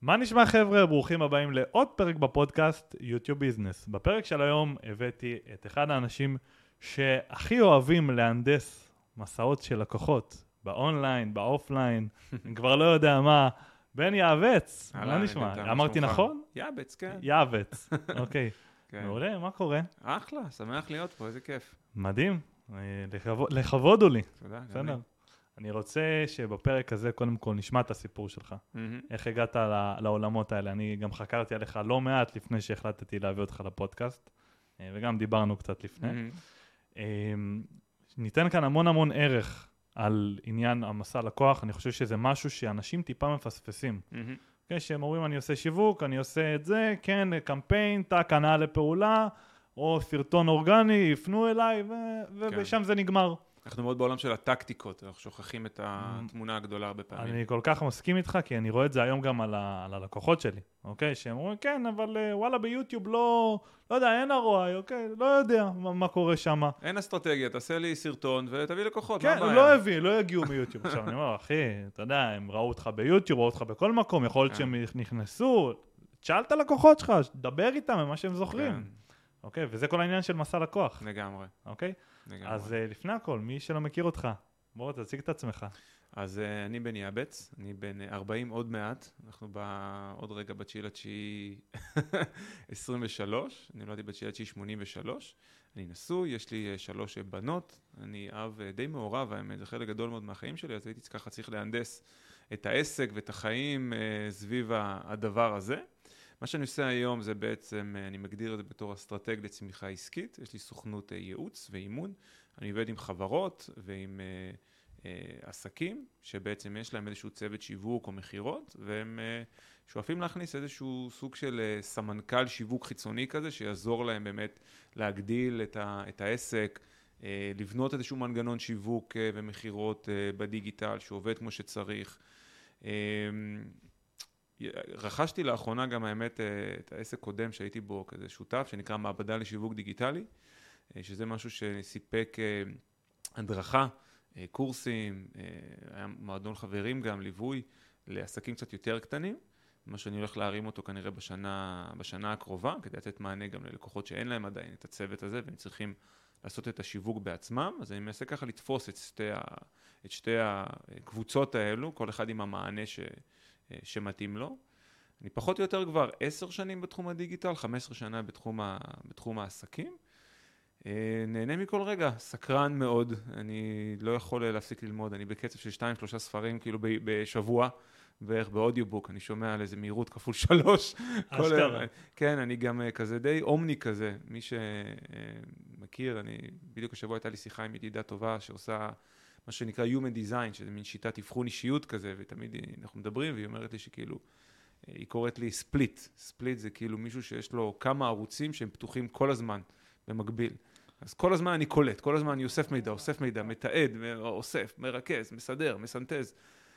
מה נשמע חבר'ה? ברוכים הבאים לעוד פרק בפודקאסט יוטיוב ביזנס. בפרק של היום הבאתי את אחד האנשים שהכי אוהבים להנדס מסעות של לקוחות, באונליין, באופליין, אני כבר לא יודע מה, בן יעבץ, מה נשמע? אמרתי נכון? יעבץ, כן. יעבץ, אוקיי. מעולה, מה קורה? אחלה, שמח להיות פה, איזה כיף. מדהים, לכבוד הוא לי. תודה, בסדר. אני רוצה שבפרק הזה קודם כל נשמע את הסיפור שלך. איך הגעת לעולמות האלה? אני גם חקרתי עליך לא מעט לפני שהחלטתי להביא אותך לפודקאסט, וגם דיברנו קצת לפני. ניתן כאן המון ערך על עניין המסע לקוח. אני חושב שזה משהו שאנשים טיפה מפספסים. שהם אומרים אני עושה שיווק, אני עושה את זה, כן, קמפיין, תק, הנעה לפעולה, או סרטון אורגני, יפנו אליי, ושם זה נגמר. אנחנו מאוד בעולם של הטקטיקות, אנחנו שוכחים את התמונה הגדולה הרבה פעמים. אני כל כך מסכים איתך, כי אני רואה את זה היום גם על הלקוחות שלי, אוקיי? שהם אומרים, כן, אבל וואלה, ביוטיוב לא יודע, אין הרואי, אוקיי? לא יודע מה קורה שם. אין אסטרטגיה, תעשה לי סרטון ותביא לקוחות, כן, לא יגיעו מיוטיוב. עכשיו, אני אומר, אחי, אתה יודע, הם ראו אותך ביוטיוב, ראו אותך בכל מקום, יכול להיות שהם נכנסו, תשאל את הלקוחות שלך, דבר איתם ממה שהם זוכרים. אוקיי? וזה כל העניין של מסע לקוח. לגמרי. אוקיי? אז לפני הכל, מי שלא מכיר אותך, בוא תציג את עצמך. אז אני בן יעבץ, אני בן 40 עוד מעט, אנחנו עוד רגע ב9/9/23, אני נולדתי ב9/9/83, אני נשוי, יש לי 3 בנות, אני אב די מעורב, האמת, זה חלק גדול מאוד מהחיים שלי, אז הייתי ככה צריך להנדס את העסק ואת החיים סביב הדבר הזה. מה שאני עושה היום זה בעצם, אני מגדיר את זה בתור אסטרטג לצמיחה עסקית, יש לי סוכנות ייעוץ ואימון, אני עובד עם חברות ועם עסקים, שבעצם יש להם איזשהו צוות שיווק או מחירות, והם שואפים להכניס איזשהו סוג של סמנכ"ל שיווק חיצוני כזה, שיעזור להם באמת להגדיל את העסק, לבנות איזשהו מנגנון שיווק ומחירות בדיגיטל, שעובד כמו שצריך. רכשתי לאחרונה גם האמת את העסק קודם שהייתי בו כזה שותף, שנקרא מעבדה לשיווק דיגיטלי, שזה משהו שסיפק הדרכה, קורסים, היה מועדון חברים גם, ליווי לעסקים קצת יותר קטנים, מה שאני הולך להרים אותו כנראה בשנה הקרובה, כדי לתת מענה גם ללקוחות שאין להם עדיין את הצוות הזה, והם צריכים לעשות את השיווק בעצמם, אז אני מנסה ככה לתפוס את שתי הקבוצות האלו, כל אחד עם המענה שמתאים לו. אני פחות או יותר כבר 10 שנים בתחום הדיגיטל, 15 שנה בתחום העסקים. נהנה מכל רגע, סקרן מאוד, אני לא יכול להפסיק ללמוד, אני בקצב של 2-3 ספרים כאילו בשבוע, בערך באודיובוק, אני שומע על איזה מהירות כפול 3. כן, אני גם כזה די אומני כזה, מי שמכיר, בדיוק השבוע הייתה לי שיחה עם ידידה טובה שעושה מה שנקרא Human Design, שזה מין שיטת אבחון אישיות כזה, ותמיד אנחנו מדברים, והיא אומרת לי שכאילו, היא קוראת לי ספליט. ספליט זה כאילו מישהו שיש לו כמה ערוצים שהם פתוחים כל הזמן, במקביל. אז כל הזמן אני קולט, כל הזמן אני אוסף מידע, מתעד, אוסף, מרכז, מסדר, מסנטז.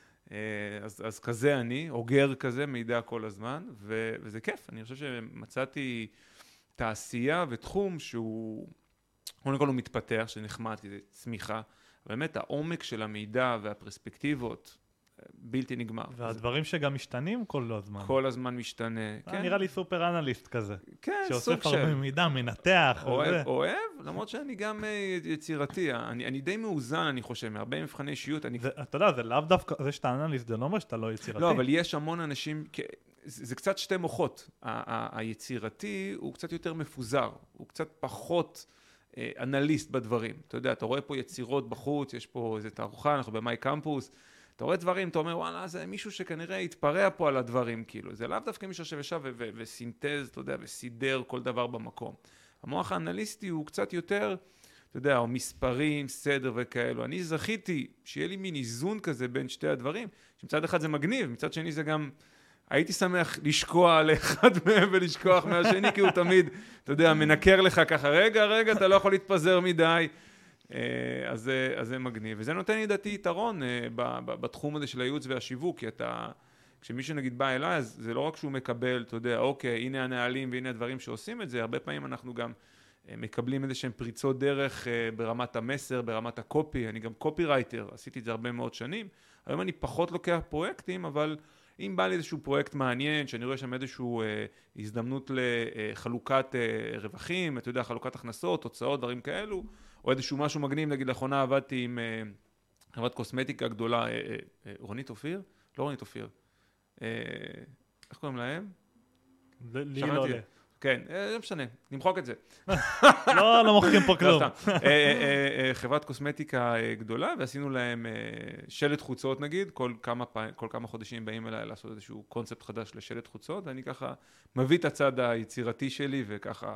אז כזה אני, אוגר כזה, מידע כל הזמן, וזה כיף. אני חושב שמצאתי תעשייה ותחום שהוא, קודם כל הוא מתפתח, שנחמד, זה צמיחה. באמת העומק של המידע והפרספקטיבות בלתי נגמר. והדברים שגם משתנים כל הזמן. כל הזמן משתנה. נראה לי סופר אנליסט כזה. כן, סוג של. שעושה הרבה מידע, מנתח. אוהב, למרות שאני גם יצירתי. אני די מאוזן, אני חושב, מהרבה מבחני אישיות. אתה יודע, זה לאו דווקא, זה שאתה אנליסט, זה לא אומר שאתה לא יצירתי. לא, אבל יש המון אנשים, זה קצת שתי מוחות. היצירתי הוא קצת יותר מפוזר, הוא קצת פחות אנליסט בדברים. אתה יודע, אתה רואה פה יצירות בחוץ, יש פה איזו תערוכה, אנחנו במאי קמפוס, אתה רואה דברים, אתה אומר, וואלה, זה מישהו שכנראה התפרע פה על הדברים, כאילו. זה לאו דווקא מישהו שישב וסינתז, אתה יודע, וסידר כל דבר במקום. המוח האנליסטי הוא קצת יותר, אתה יודע, או מספרים, סדר וכאלו. אני זכיתי שיהיה לי מין איזון כזה בין שתי הדברים, שמצד אחד זה מגניב, מצד שני זה גם, הייתי שמח לשקוע על אחד מהם ולשכוח מהשני, כי הוא תמיד, אתה יודע, מנקר לך ככה, רגע, אתה לא יכול להתפזר מדי. אז זה מגניב, וזה נותן לי דעתי יתרון בתחום הזה של הייעוץ והשיווק, כי כשמישהו נגיד בא אליי, אז זה לא רק שהוא מקבל, אתה יודע, אוקיי, הנה הנהלים והנה הדברים שעושים את זה, הרבה פעמים אנחנו גם מקבלים איזה שהם פריצות דרך ברמת המסר, ברמת הקופי, אני גם קופי רייטר, עשיתי את זה הרבה מאוד שנים, היום אני פחות לוקח פרויקטים, אבל אם בא לי איזשהו פרויקט מעניין, שאני רואה שם איזשהו הזדמנות לחלוקת רווחים, אתה יודע, חלוקת הכנסות, תוצאות, דברים כאלו, או איזשהו משהו מגניב, נגיד לאחרונה עבדתי עם חברת קוסמטיקה גדולה, רונית אופיר? לא רונית אופיר. איך קוראים להם? לי לא עולה. כן, לא משנה, נמחוק את זה. לא מוחקים פה כלום. חברת קוסמטיקה גדולה, ועשינו להם שלט חוצות נגיד, כל כמה חודשים באים אליי לעשות איזשהו קונספט חדש לשלט חוצות, ואני ככה מביא את הצד היצירתי שלי, וככה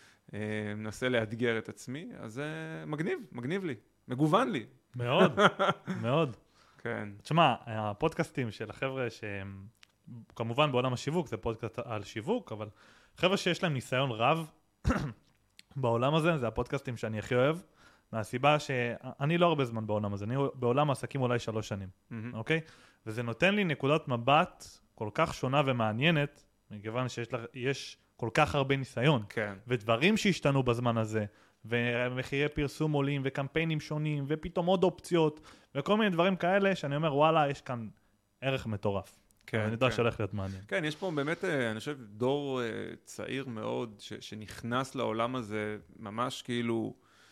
מנסה לאתגר את עצמי, אז מגניב לי, מגוון לי. מאוד, מאוד. כן. תשמע, הפודקאסטים של החבר'ה שהם, כמובן בעולם השיווק, זה פודקאסט על שיווק, אבל חבר'ה שיש להם ניסיון רב בעולם הזה, זה הפודקאסטים שאני הכי אוהב, מהסיבה שאני לא הרבה זמן בעולם הזה, אני בעולם העסקים אולי 3 שנים, אוקיי? וזה נותן לי נקודת מבט כל כך שונה ומעניינת, מכיוון שיש כל כך הרבה ניסיון, כן. ודברים שהשתנו בזמן הזה, ומחירי פרסום עולים, וקמפיינים שונים, ופתאום עוד אופציות, וכל מיני דברים כאלה, שאני אומר, וואלה, יש כאן ערך מטורף. כן, אני יודע שהולך להיות מעניין. כן, יש פה באמת, אני חושב, דור צעיר מאוד, שנכנס לעולם הזה, ממש כאילו,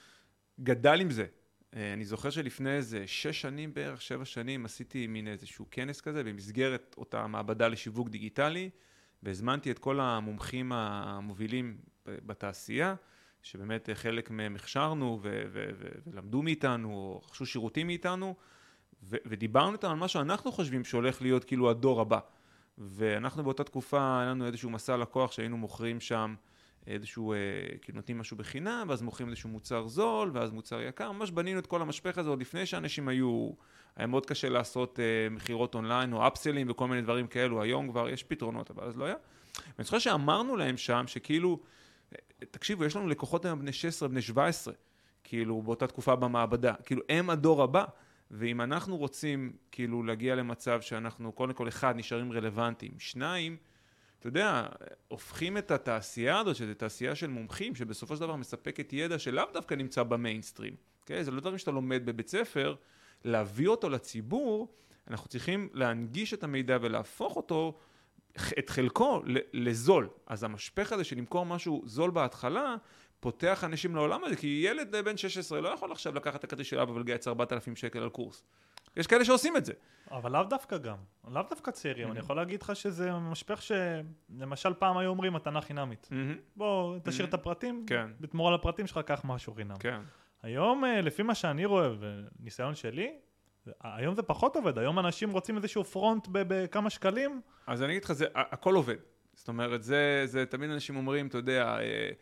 גדל עם זה. אני זוכר שלפני איזה 6 שנים בערך, 7 שנים, עשיתי מין איזשהו כנס כזה, במסגרת אותה מעבדה לשיווק דיגיטלי, והזמנתי את כל המומחים המובילים בתעשייה, שבאמת חלק מהם הכשרנו ולמדו מאיתנו, או רכשו שירותים מאיתנו, ודיברנו איתם על מה שאנחנו חושבים שהולך להיות כאילו הדור הבא. ואנחנו באותה תקופה, היה לנו איזשהו מסע לקוח שהיינו מוכרים שם איזשהו, כאילו נותנים משהו בחינם, ואז מוכרים איזשהו מוצר זול, ואז מוצר יקר. ממש בנינו את כל המשפך הזה עוד לפני שאנשים היה מאוד קשה לעשות מחירות אונליין או אפסלים וכל מיני דברים כאלו. היום כבר יש פתרונות, אבל אז לא היה. ואני חושב שאמרנו להם שם שכאילו, תקשיבו, יש לנו לקוחות היום בני 16, בני 17, כאילו באותה תקופה במעבדה. כאילו הם הדור הבא. ואם אנחנו רוצים כאילו להגיע למצב שאנחנו קודם כל 1 נשארים רלוונטיים, 2, אתה יודע, הופכים את התעשייה הזאת, שזו תעשייה של מומחים, שבסופו של דבר מספקת ידע שלאו דווקא נמצא במיינסטרים. Okay? זה לא דברים שאתה לומד בבית ספר, להביא אותו לציבור, אנחנו צריכים להנגיש את המידע ולהפוך אותו, את חלקו לזול. אז המשפך הזה שלמכור משהו זול בהתחלה, פותח אנשים לעולם הזה, כי ילד בן 16 לא יכול עכשיו לקחת את הכרטיס של אבא ולגייס 4,000 שקל על קורס. יש כאלה שעושים את זה. אבל לאו דווקא גם, לאו דווקא צעירים. אני יכול להגיד לך שזה משפך שלמשל פעם היו אומרים מתנה חינמית. בוא תשאיר את הפרטים, בתמורה לפרטים שלך קח משהו חינם. היום, לפי מה שאני רואה וניסיון שלי, היום זה פחות עובד. היום אנשים רוצים איזשהו פרונט בכמה שקלים. אז אני אגיד לך, הכל עובד. זאת אומרת, זה תמיד אנשים אומרים, אתה יודע,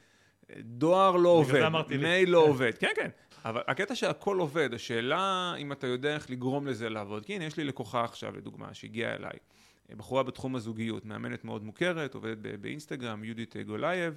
דואר לא עובד, מייל לא עובד, כן, כן, אבל הקטע שהכל עובד, השאלה אם אתה יודע איך לגרום לזה לעבוד, כי הנה יש לי לקוחה עכשיו לדוגמה שהגיעה אליי, בחורה בתחום הזוגיות, מאמנת מאוד מוכרת, עובדת באינסטגרם, יהודית גולייב,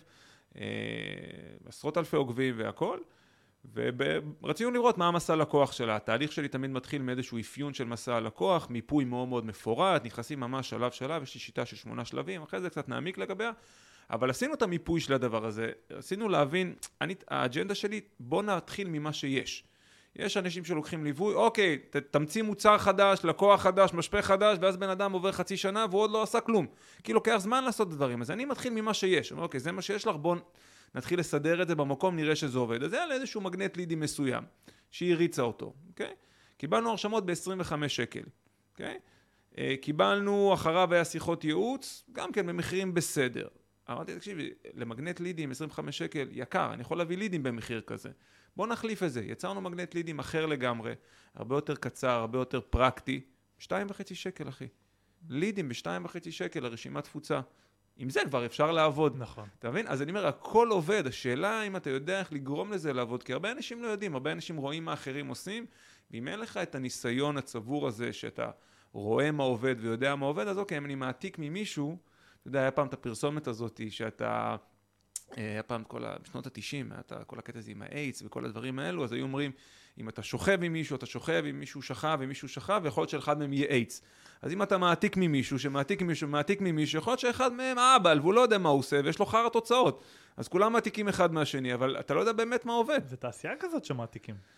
עשרות אלפי עוקבים והכל, ורצינו לראות מה המסע לקוח שלה. התהליך שלי תמיד מתחיל מאיזשהו אפיון של מסע לקוח, מיפוי מאוד מאוד מפורט, נכנסים ממש שלב, יש לי שיטה של 8 שלבים, אחרי זה קצת נעמיק לגביה, אבל עשינו את המיפוי של הדבר הזה, עשינו להבין, האג'נדה שלי, בוא נתחיל ממה שיש. יש אנשים שלוקחים ליווי, אוקיי, תמציא מוצר חדש, לקוח חדש, משפך חדש, ואז בן אדם עובר חצי שנה והוא עוד לא עשה כלום. כי לוקח זמן לעשות את הדברים, אז אני מתחיל ממה שיש. אוקיי, זה מה שיש לך, בוא נתחיל לסדר את זה במקום, נראה שזה עובד. אז זה היה לאיזשהו מגנט לידי מסוים, שהיא הריצה אותו, אוקיי? קיבלנו הרשמות ב-25 שקל, אוקיי? קיבלנו, אחריו היה שיחות ייעוץ, גם כן במחירים בסדר. אמרתי, תקשיבי, למגנט לידים 25 שקל יקר, אני יכול להביא לידים במחיר כזה. בוא נחליף את זה. יצרנו מגנט לידים אחר לגמרי, הרבה יותר קצר, הרבה יותר פרקטי, 2.5 שקל, אחי. לידים ב2.5 שקל, לרשימת תפוצה. עם זה כבר אפשר לעבוד. נכון. אתה מבין? אז אני אומר, הכל עובד. השאלה אם אתה יודע איך לגרום לזה לעבוד, כי הרבה אנשים לא יודעים, הרבה אנשים רואים מה אחרים עושים, ואם אין לך את הניסיון הצבור הזה, שאתה רואה מה עובד ויודע מה עובד, אז אוקיי, אם אני מעתיק ממישהו, אתה יודע, היה פעם את הפרסומת הזאת, שאתה, היה פעם בשנות ה-90, כל הקטע הזה עם האיידס וכל הדברים האלו, אז היו אומרים, אם אתה שוכב עם מישהו, אתה שוכב עם מישהו שכב, ומישהו שכב, ויכול להיות שאחד מהם יהיה איידס. אז אם אתה מעתיק ממישהו, שמעתיק ממישהו, יכול להיות שאחד מהם אבא, והוא לא יודע מה הוא עושה, ויש לו חר התוצאות. אז כולם מעתיקים אחד מהשני, אבל אתה לא יודע באמת מה עובד. זה תעשייה כזאת שמעתיקים.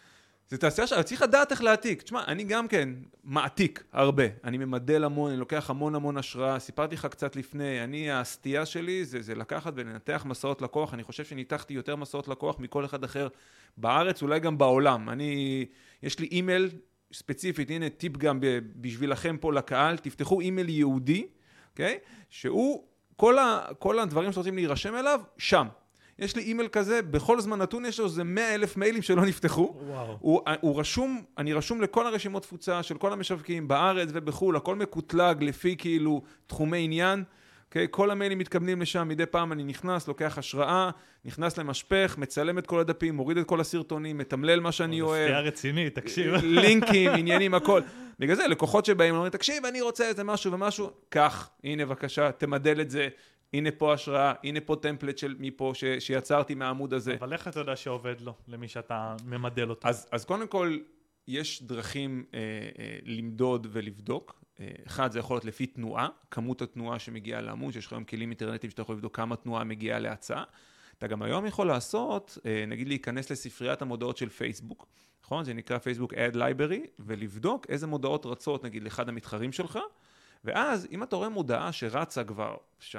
זה תעשייה צריך לדעת איך להעתיק. תשמע, אני גם כן מעתיק הרבה. אני ממדל המון, אני לוקח המון השראה. סיפרתי לך קצת לפני, הסטייה שלי זה לקחת ולנתח מסעות לקוח. אני חושב שניתחתי יותר מסעות לקוח מכל אחד אחר בארץ, אולי גם בעולם. יש לי אימייל ספציפית, הנה טיפ גם בשבילכם פה לקהל, תפתחו אימייל יהודי, אוקיי? שהוא, כל הדברים שרוצים להירשם אליו, שם. יש לי אימייל כזה, בכל זמן נתון יש לו זה 100,000 מיילים שלא נפתחו. הוא רשום, אני רשום לכל הרשימות תפוצה של כל המשווקים בארץ ובחול, הכל מקוטלג לפי כאילו תחומי עניין. Okay, כל המיילים מתכוונים לשם, מדי פעם אני נכנס, לוקח השראה, נכנס למשפך, מצלם את כל הדפים, מוריד את כל הסרטונים, מתמלל מה שאני אוהב. סטייה רציני, תקשיב. לינקים, עניינים, הכל. בגלל זה, לקוחות שבאים, אומרים, תקשיב, אני רוצה איזה משהו ומשהו, כך, הנה בבקשה, תמדל את זה, הנה פה השראה, הנה פה טמפלט של מפה שיצרתי מהעמוד הזה. אבל איך אתה יודע שעובד לו, למי שאתה ממדל אותו? אז קודם כל, יש דרכים למדוד ולבדוק. אחד, זה יכול להיות לפי תנועה, כמות התנועה שמגיעה לעמוד, שיש לך היום כלים אינטרנטיים שאתה יכול לבדוק כמה תנועה מגיעה להצעה. אתה גם היום יכול לעשות, נגיד להיכנס לספריית המודעות של פייסבוק, נכון? זה נקרא פייסבוק Ad Library, ולבדוק איזה מודעות רצות, נגיד, לאחד המתחרים שלך, ואז אם אתה רואה מודעה שרצה כבר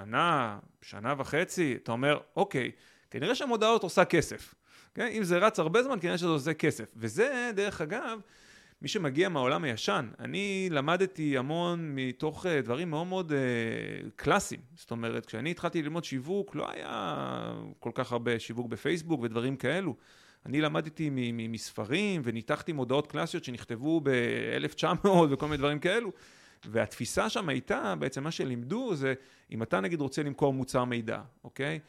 שנה וחצי, אתה אומר, אוקיי, כנראה שהמודעות עושה כסף. Okay? אם זה רץ הרבה זמן, כנראה שזה עושה כסף. וזה, דרך אגב, מי שמגיע מהעולם הישן, אני למדתי המון מתוך דברים מאוד מאוד קלאסיים. זאת אומרת, כשאני התחלתי ללמוד שיווק, לא היה כל כך הרבה שיווק בפייסבוק ודברים כאלו. אני למדתי מספרים וניתחתי מודעות קלאסיות שנכתבו ב-1900 וכל מיני דברים כאלו. והתפיסה שם הייתה, בעצם מה שלימדו זה, אם אתה נגיד רוצה למכור מוצר מידע, אוקיי?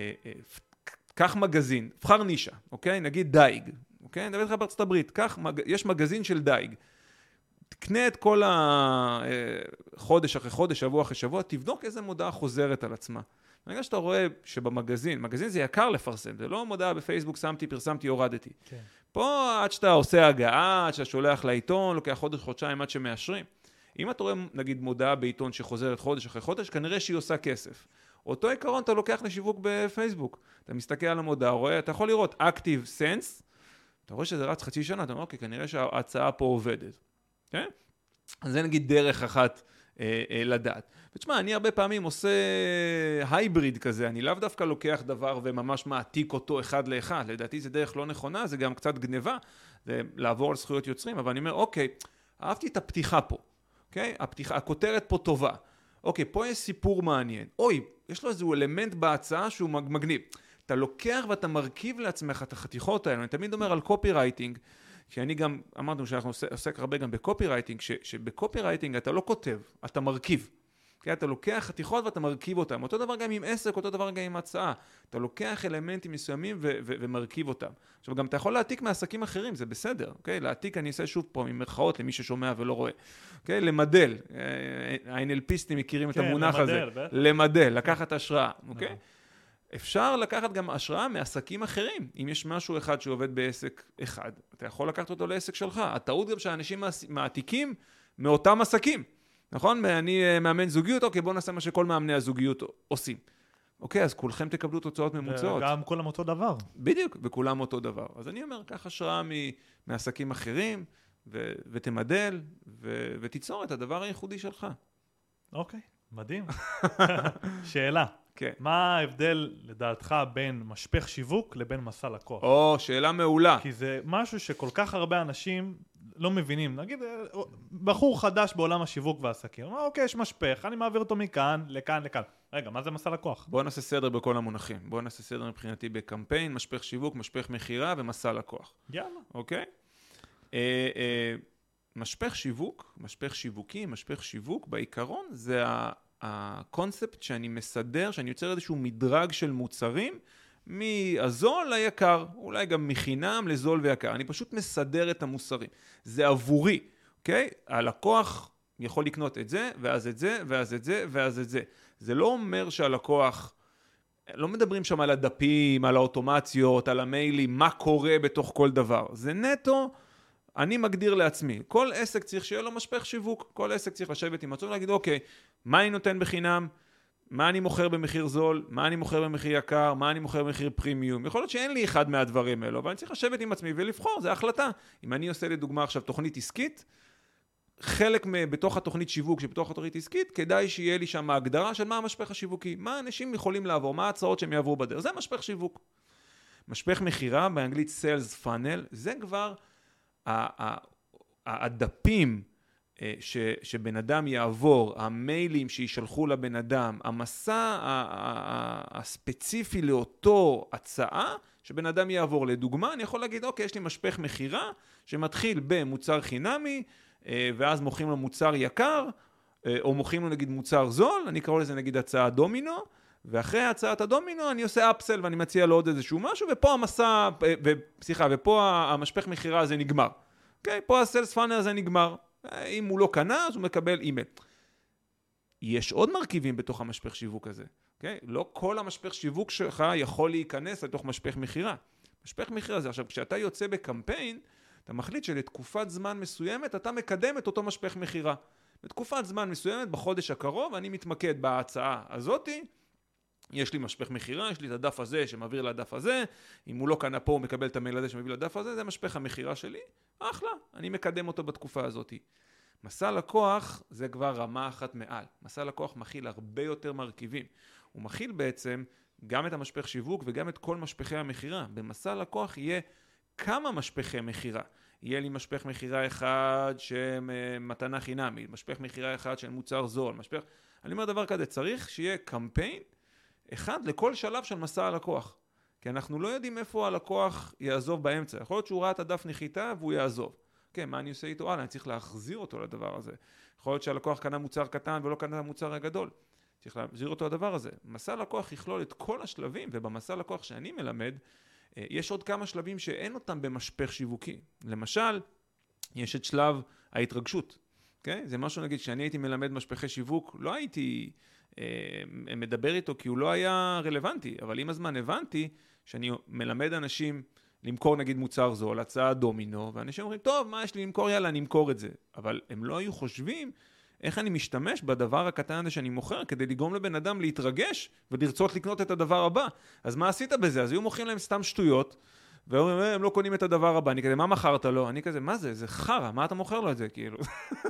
קח מגזין, בחר נישה, אוקיי? נגיד דייג, אוקיי? אני מדבר איתך בארצות הברית, יש מגזין של דייג. תקנה את כל החודש אחרי חודש, שבוע אחרי שבוע, תבדוק איזה מודעה חוזרת על עצמה. ברגע שאתה רואה שבמגזין, מגזין זה יקר לפרסם, זה לא מודעה בפייסבוק, שמתי, פרסמתי, הורדתי. כן. פה עד שאתה עושה הגעה, עד שאתה שולח לעיתון, לוקח חודש, חודשיים עד שמאשרים. אם אתה רואה נגיד מודעה בעיתון שחוזרת חודש אחרי חודש, כנראה שהיא עושה כסף. אותו עיקרון אתה לוקח לשיווק בפייסבוק. אתה מסתכל על המודעה, רואה, אתה יכול לראות Active Sense, אתה רואה שזה רץ חצי שנה, אתה אומר, אוקיי, כנראה שההצעה פה עובדת. כן? אז זה נגיד דרך אחת לדעת. ותשמע, אני הרבה פעמים עושה הייבריד כזה, אני לאו דווקא לוקח דבר וממש מעתיק אותו אחד לאחד. לדעתי זה דרך לא נכונה, זה גם קצת גניבה, זה לעבור על זכויות יוצרים, אבל אני אומר, אוקיי, אהבתי את הפתיחה פה. אוקיי? הכותרת פה טובה. אוקיי, פה יש סיפור מעניין. אוי, יש לו איזשהו אלמנט בהצעה שהוא מגניב. אתה לוקח ואתה מרכיב לעצמך את החתיכות האלה. אני תמיד אומר על קופי רייטינג, שאני גם, אמרנו שאנחנו עוסק הרבה גם בקופי רייטינג, שבקופי רייטינג אתה לא כותב, אתה מרכיב. כי אתה לוקח חתיכות ואתה מרכיב אותם. אותו דבר גם עם עסק, אותו דבר גם עם הצעה. אתה לוקח אלמנטים מסוימים ומרכיב אותם. עכשיו, גם אתה יכול להעתיק מעסקים אחרים, זה בסדר. אוקיי? להעתיק, אני אעשה שוב פה ממרכאות למי ששומע ולא רואה. אוקיי? למדל. ה-NLPיסטים מכירים את המונח הזה. למדל, לקחת השראה. אוקיי? אפשר לקחת גם השראה מעסקים אחרים. אם יש משהו אחד שעובד בעסק אחד, אתה יכול לקחת אותו לעסק שלך. הטעות גם שאנשים מעתיקים מאותם עסקים. נכון? אני מאמן זוגיות, אוקיי, בואו נעשה מה שכל מאמני הזוגיות עושים. אוקיי, אז כולכם תקבלו תוצאות ממוצעות. וגם כולם אותו דבר. בדיוק, וכולם אותו דבר. אז אני אומר, קח השראה מעסקים אחרים, ותמדל, ותיצור את הדבר הייחודי שלך. אוקיי, מדהים. שאלה. כן. מה ההבדל לדעתך בין משפך שיווק לבין מסע לקוח? שאלה מעולה. כי זה משהו שכל כך הרבה אנשים לא מבינים. נגיד, בחור חדש בעולם השיווק והעסקים. הוא אומר, אוקיי, יש משפך, אני מעביר אותו מכאן, לכאן, לכאן. רגע, מה זה מסע לקוח? בואו נעשה סדר בכל המונחים. בואו נעשה סדר מבחינתי בקמפיין, משפך שיווק, משפך מחירה ומסע לקוח. יאללה. אוקיי? משפך שיווק, משפך שיווקי, משפך שיווק, בעיקרון זה הקונספט שאני מסדר, שאני יוצר איזשהו מדרג של מוצרים, מהזול ליקר, אולי גם מחינם לזול ויקר. אני פשוט מסדר את המוצרים. זה עבורי, אוקיי? הלקוח יכול לקנות את זה, ואז את זה, ואז את זה, ואז את זה. זה לא אומר שהלקוח, לא מדברים שם על הדפים, על האוטומציות, על המיילים, מה קורה בתוך כל דבר. זה נטו, אני מגדיר לעצמי. כל עסק צריך שיהיה לו משפך שיווק, כל עסק צריך לשבת עם עצמו ולהגיד, אוקיי, מה אני נותן בחינם? מה אני מוכר במחיר זול, מה אני מוכר במחיר יקר, מה אני מוכר במחיר פרימיום. יכול להיות שאין לי אחד מהדברים האלו, אבל אני צריך לשבת עם עצמי ולבחור, זה החלטה. אם אני עושה לדוגמה עכשיו תוכנית עסקית, חלק בתוך התוכנית שיווק שבתוך התוכנית עסקית, כדאי שיהיה לי שם ההגדרה של מה המשפך השיווקי, מה אנשים יכולים לעבור, מה ההצעות שהם יעברו בדרך, זה משפך שיווק. משפך מחירה, באנגלית sales funnel, זה כבר הדפים שבן אדם יעבור, המיילים שישלחו לבן אדם, המסע הספציפי לאותו הצעה שבן אדם יעבור. לדוגמה, אני יכול להגיד, אוקיי, יש לי משפך מחירה שמתחיל במוצר חינמי, ואז מוכרים לו מוצר יקר, או מוכרים לו נגיד מוצר זול, אני קורא לזה נגיד הצעה דומינו, ואחרי הצעת הדומינו אני עושה אפסל ואני מציע לו עוד איזשהו משהו, ופה המסע, ופה המשפך מחירה הזה נגמר. אוקיי, פה הסלס פאנל הזה נגמר. אם הוא לא קנה, אז הוא מקבל אימייל. יש עוד מרכיבים בתוך המשפך שיווק הזה. אוקיי? לא כל המשפך שיווק שלך יכול להיכנס לתוך משפך מחירה. משפך מחירה זה, עכשיו, כשאתה יוצא בקמפיין, אתה מחליט שלתקופת זמן מסוימת אתה מקדם את אותו משפך מחירה. בתקופת זמן מסוימת, בחודש הקרוב, אני מתמקד בהצעה הזאתי, יש לי משפך מחירה, יש לי את הדף הזה שמעביר לדף הזה, אם הוא לא קנה פה הוא מקבל את המייל הזה שמעביר לדף הזה, זה משפך המחירה שלי, אחלה, אני מקדם אותו בתקופה הזאת. מסע לקוח זה כבר רמה אחת מעל, מסע לקוח מכיל הרבה יותר מרכיבים, הוא מכיל בעצם גם את המשפך שיווק וגם את כל משפחי המחירה. במסע לקוח יהיה כמה משפחי מחירה, יהיה לי משפך מחירה אחד שמתנה חינמית, משפך מחירה אחד של מוצר זול, אני אומר דבר כזה, צריך שיהיה קמפיין אחד לכל שלב של מסע הלקוח. כי אנחנו לא יודעים איפה הלקוח יעזוב באמצע. יכול להיות שהוא ראה את הדף נחיתה והוא יעזוב. כן, מה אני עושה איתו? אני צריך להחזיר אותו לדבר הזה. יכול להיות שהלקוח קנה מוצר קטן ולא קנה מוצר הגדול. צריך להחזיר אותו לדבר הזה. מסע לקוח יכלול את כל השלבים, ובמסע לקוח שאני מלמד, יש עוד כמה שלבים שאין אותם במשפך שיווקי. למשל, יש את שלב ההתרגשות. כן? זה משהו, נגיד, שאני הייתי מלמד משפחי שיווק, לא הייתי מדבר איתו כי הוא לא היה רלוונטי, אבל עם הזמן הבנתי שאני מלמד אנשים למכור נגיד מוצר זול, הצעה דומינו, ואנשים אומרים, טוב, מה יש לי למכור? יאללה, אני אמכור את זה. אבל הם לא היו חושבים איך אני משתמש בדבר הקטן הזה שאני מוכר, כדי לגרום לבן אדם להתרגש ולרצות לקנות את הדבר הבא. אז מה עשית בזה? אז היו מוכרים להם סתם שטויות, והם לא קונים את הדבר הבא. אני כזה, מה מכרת לו? אני כזה, מה זה? זה חרה, מה אתה מוכר לו את זה? כאילו.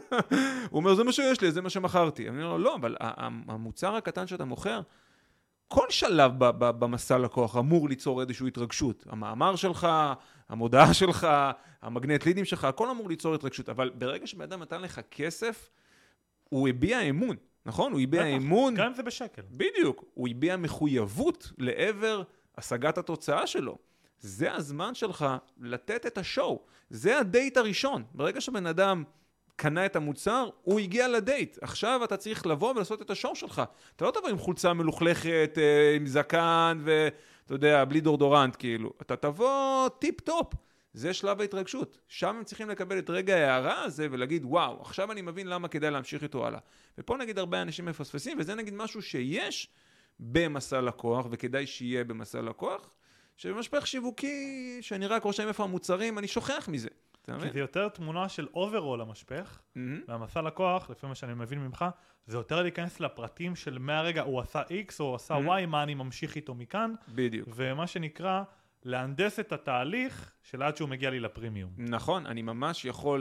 הוא אומר, זה מה שיש לי, זה מה שמכרתי. אני אומר, לא, אבל המוצר הקטן שאתה מוכר, כל שלב במסע לקוח אמור ליצור איזושהי התרגשות. המאמר שלך, המודעה שלך, המגנט לידים שלך, הכל אמור ליצור התרגשות. אבל ברגע שבאדם נתן לך כסף, הוא הביע אמון, נכון? הוא הביע אמון. גם זה בשקל. בדיוק. הוא הביע מחויבות לעבר השגת התוצאה שלו. זה הזמן שלך לתת את השואו. זה הדייט הראשון. ברגע שבן אדם קנה את המוצר, הוא הגיע לדייט. עכשיו אתה צריך לבוא ולעשות את השואו שלך. אתה לא תבוא עם חולצה מלוכלכת, עם זקן ואתה יודע, בלי דורדורנט כאילו. אתה תבוא טיפ טופ. זה שלב ההתרגשות. שם הם צריכים לקבל את רגע ההערה הזה ולהגיד, וואו, עכשיו אני מבין למה כדאי להמשיך איתו הלאה. ופה נגיד הרבה אנשים מפספסים, וזה נגיד משהו שיש במסע לקוח, וכדאי שיהיה במסע לקוח, שבמשפך שיווקי, שאני רק רושם איפה המוצרים, אני שוכח מזה. כי זה יותר תמונה של אוברול המשפך, והמסע לקוח, לפי מה שאני מבין ממך, זה יותר להיכנס לפרטים של מהרגע הוא עשה X או עשה Y, מה אני ממשיך איתו מכאן. בדיוק. ומה שנקרא, להנדס את התהליך של עד שהוא מגיע לי לפרימיום. נכון, אני ממש יכול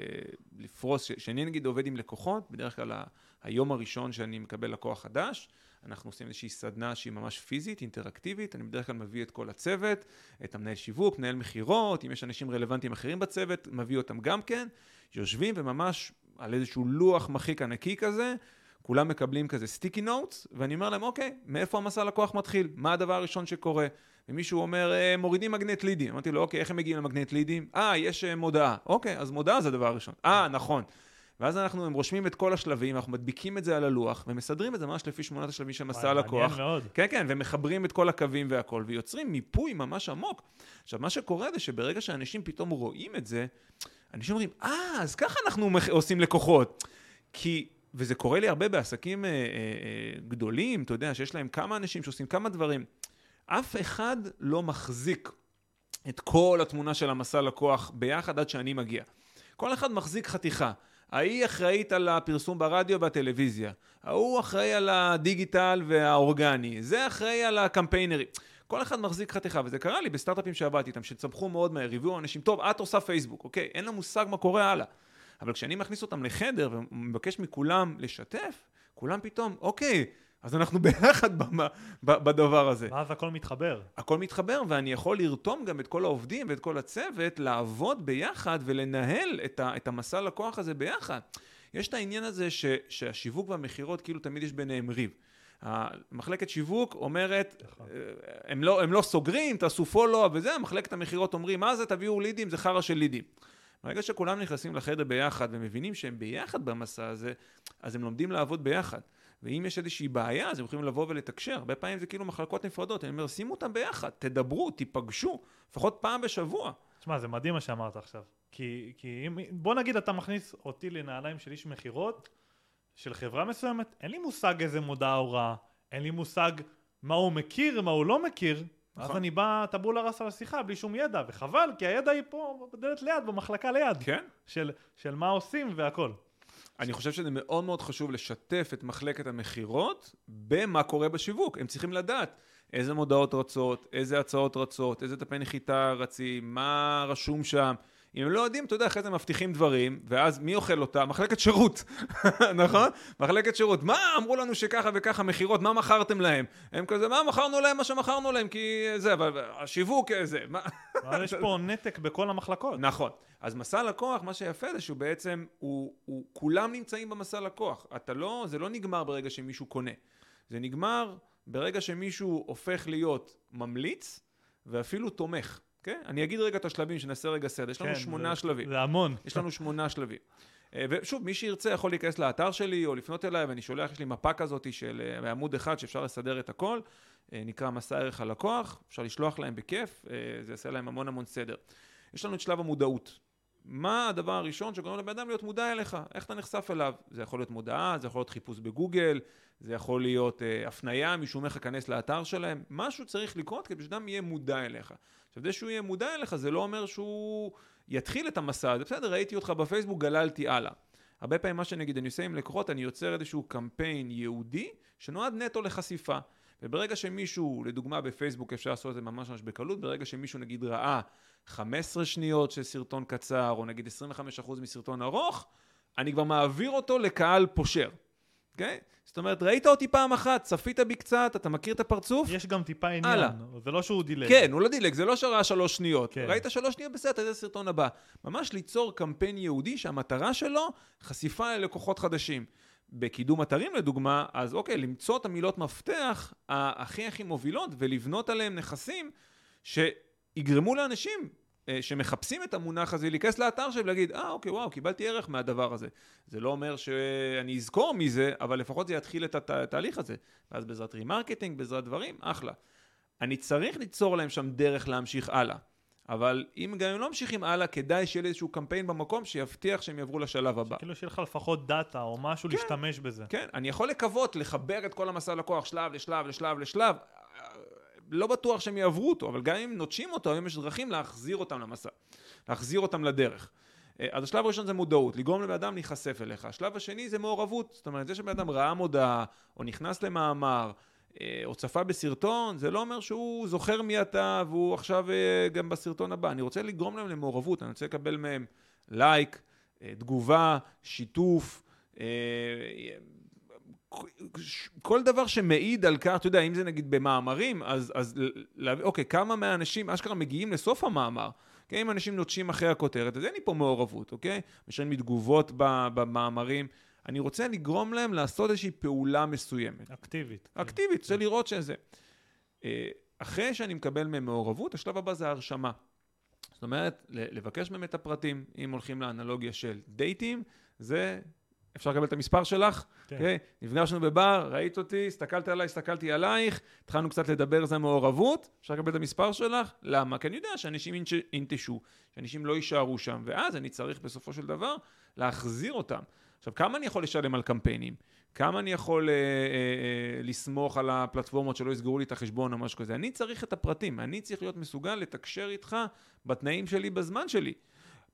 לפרוס, שאני נגיד עובד עם לקוחות, בדרך כלל היום הראשון שאני מקבל לקוח חדש, אנחנו עושים איזושהי סדנה שהיא ממש פיזית, אינטראקטיבית, אני בדרך כלל מביא את כל הצוות, את המנהל שיווק, מנהל מחירות, אם יש אנשים רלוונטיים אחרים בצוות, מביא אותם גם כן, יושבים וממש על איזשהו לוח מחיק ענקי כזה, כולם מקבלים כזה סטיקי נוטס, ואני אומר להם, אוקיי, מאיפה המסע לקוח מתחיל? מה הדבר הראשון שקורה? ומישהו אומר, מורידים מגנט לידים. אמרתי לו, אוקיי, איך הם מגיעים למגנט לידים? יש מודעה. אוקיי, אז מודעה זה הדבר הראשון. נכון. ואז הם רושמים את כל השלבים, אנחנו מדביקים את זה על הלוח, ומסדרים את זה ממש לפי 8 השלבים של מסע לקוח. מעניין מאוד. כן, כן, ומחברים את כל הקווים והכל, ויוצרים מיפוי ממש עמוק. עכשיו, מה שקורה זה שברגע שאנשים פתאום רואים את זה, אנשים אומרים, אז ככה אנחנו עושים לקוחות. וזה קורה לי הרבה בעסקים גדולים, אתה יודע, שיש להם כמה אנשים שעושים כמה דברים. אף אחד לא מחזיק את כל התמונה של המסע לקוח ביחד עד שאני מגיע. כל אחד מחזיק חתיכה. ההיא אחראית על הפרסום ברדיו והטלוויזיה, ההוא אחראי על הדיגיטל והאורגני, זה אחראי על הקמפיינרי. כל אחד מחזיק חתיכה, וזה קרה לי בסטארט-אפים שעבדתי איתם, שצמחו מאוד מהר, הביאו אנשים, טוב, את עושה פייסבוק, אוקיי, אין לה מושג מה קורה הלאה. אבל כשאני מכניס אותם לחדר ומבקש מכולם לשתף, כולם פתאום, אוקיי, אז אנחנו ביחד בדבר הזה. ואז הכל מתחבר. הכל מתחבר, ואני יכול לרתום גם את כל העובדים ואת כל הצוות, לעבוד ביחד ולנהל את המסע לקוח הזה ביחד. יש את העניין הזה שהשיווק והמחירות, כאילו תמיד יש ביניהם ריב. המחלקת שיווק אומרת, הם לא סוגרים, תעשו פולו וזה, המחלקת המחירות אומרים, מה זה, תביאו לידים, זה חרא של לידים. ברגע שכולם נכנסים לחדר ביחד ומבינים שהם ביחד במסע הזה, אז הם לומדים לעבוד ביחד. ואם יש איזושהי בעיה, אז הם יכולים לבוא ולתקשר. הרבה פעמים זה כאילו מחלקות נפרדות. אני אומר, שימו אותם ביחד, תדברו, תיפגשו, לפחות פעם בשבוע. תשמע, זה מדהים מה שאמרת עכשיו. כי בוא נגיד, אתה מכניס אותי לנעליים של איש מחירות, של חברה מסוימת, אין לי מושג איזה מודעה הוראה, אין לי מושג מה הוא מכיר, מה הוא לא מכיר, אז אני בא טבולה רס על השיחה בלי שום ידע, וחבל, כי הידע היא פה בדלת ליד, במחלקה ליד. כן. של מה עושים והכל. אני חושב שזה מאוד מאוד חשוב לשתף את מחלקת המחירות במה קורה בשיווק. הם צריכים לדעת איזה מודעות רצות, איזה הצעות רצות, איזה דפי נחיתה רצים, מה רשום שם. אם הם לא יודעים, אתה יודע, אחרי זה מבטיחים דברים, ואז מי אוכל אותה? מחלקת שירות, נכון? מחלקת שירות. מה אמרו לנו שככה וככה מחירות, מה מכרתם להם? הם כזה, מה מכרנו להם? מה שמכרנו להם, כי זה, אבל השיווק זה. אבל יש פה נתק בכל המחלקות. נכון. אז מסע לקוח, מה שיפה זה שהוא בעצם, כולם נמצאים במסע לקוח. זה לא נגמר ברגע שמישהו קונה. זה נגמר ברגע שמישהו הופך להיות ממליץ, ואפילו תומך. Okay? אני אגיד רגע את השלבים, שנעשה רגע סדר. יש לנו 8 שלבים. זה המון. יש לנו 8 שלבים. ושוב, מי שירצה יכול להיכנס לאתר שלי, או לפנות אליי, ואני שולח, יש לי מפה כזאת של עמוד אחד שאפשר לסדר את הכל, נקרא מסע ערך הלקוח, אפשר לשלוח להם בכיף, זה יעשה להם המון סדר. יש לנו את שלב המודעות. מה הדבר הראשון שגורם לבן אדם להיות מודע אליך? איך אתה נחשף אליו? זה יכול להיות מודעה, זה יכול להיות חיפוש בגוגל, זה יכול להיות הפנייה, מישהו אומר לך כנס לאתר שלהם. משהו צריך לקרות כדי שאדם יהיה מודע אליך. עכשיו, זה שהוא יהיה מודע אליך, זה לא אומר שהוא יתחיל את המסע. זה בסדר, ראיתי אותך בפייסבוק, גללתי הלאה. הרבה פעמים מה שנגיד, אני עושה עם לקוחות, אני יוצר איזשהו קמפיין יהודי, שנועד נטו לחשיפה. וברגע שמישהו, לדוגמה בפייסבוק אפשר לעשות את זה ממש בקלות, ברגע שמישהו נגיד ראה 15 שניות של סרטון קצר, או נגיד 25% מסרטון ארוך, אני כבר מעביר אותו לקהל פושר. אוקיי? זאת אומרת, ראית אותי פעם אחת, צפית בי קצת, אתה מכיר את הפרצוף? יש גם טיפה עניין, זה לא שהוא דילג. כן, הוא לא דילג, זה לא שראה 3 שניות. כן. ראית 3 שניות בסדר, זה סרטון הבא. ממש ליצור קמפיין יהודי שהמטרה שלו חשיפה ללקוחות חדשים. בקידום אתרים לדוגמה, אז אוקיי, למצוא את המילות מפתח הכי מובילות ולבנות עליהם נכסים שיגרמו לאנשים שמחפשים את המונח הזה, להיכנס לאתר שלהם ולהגיד, אוקיי, וואו, קיבלתי ערך מהדבר הזה. זה לא אומר שאני אזכור מזה, אבל לפחות זה יתחיל את התהליך הזה. ואז בעזרת רימרקטינג, בעזרת דברים, אחלה. אני צריך ליצור להם שם דרך להמשיך הלאה. אבל אם גם הם לא ממשיכים הלאה, כדאי שיהיה לי איזשהו קמפיין במקום שיבטיח שהם יעברו לשלב הבא. כאילו שיהיה לך לפחות דאטה או משהו להשתמש בזה. כן, אני יכול לקוות לחבר את כל המסע לקוח שלב לשלב. לא בטוח שהם יעברו אותו, אבל גם אם נוטשים אותו, היום יש דרכים להחזיר אותם למסע, להחזיר אותם לדרך. אז השלב הראשון זה מודעות, לגרום לבן אדם להיחשף אליך. השלב השני זה מעורבות, זאת אומרת, זה שבן אדם ראה מודעה, או נכנס למאמר, או צפה בסרטון, זה לא אומר שהוא זוכר מי אתה, והוא עכשיו גם בסרטון הבא. אני רוצה לגרום להם למעורבות, אני רוצה לקבל מהם לייק, תגובה, שיתוף, כל דבר שמעיד על כך, אתה יודע, אם זה נגיד במאמרים, אז אוקיי, כמה מהאנשים אשכרה מגיעים לסוף המאמר, אוקיי? אם אנשים נוטשים אחרי הכותרת, אז אין לי פה מעורבות, אוקיי? משנים מתגובות במאמרים, אני רוצה לגרום להם לעשות איזושהי פעולה מסוימת. אקטיבית. אקטיבית, רוצה לראות שזה. אחרי שאני מקבל מהם מעורבות, השלב הבא זה הרשמה. זאת אומרת, לבקש מהם את הפרטים, אם הולכים לאנלוגיה של דייטים, זה אפשר לקבל את המספר שלך, okay? נפגשנו בבר, ראית אותי, הסתכלת עליי, הסתכלתי עלייך, התחלנו קצת לדבר, זה מעורבות, אפשר לקבל את המספר שלך, למה? כי אני יודע שאנשים ינטשו, שאנשים לא יישארו שם, ואז אני צריך בסופו של דבר להחזיר אותם. עכשיו, כמה אני יכול לשלם על קמפיינים? כמה אני יכול לסמוך על הפלטפורמות שלא יסגרו לי את החשבון או משהו כזה? אני צריך את הפרטים, אני צריך להיות מסוגל לתקשר איתך בתנאים שלי, בזמן שלי.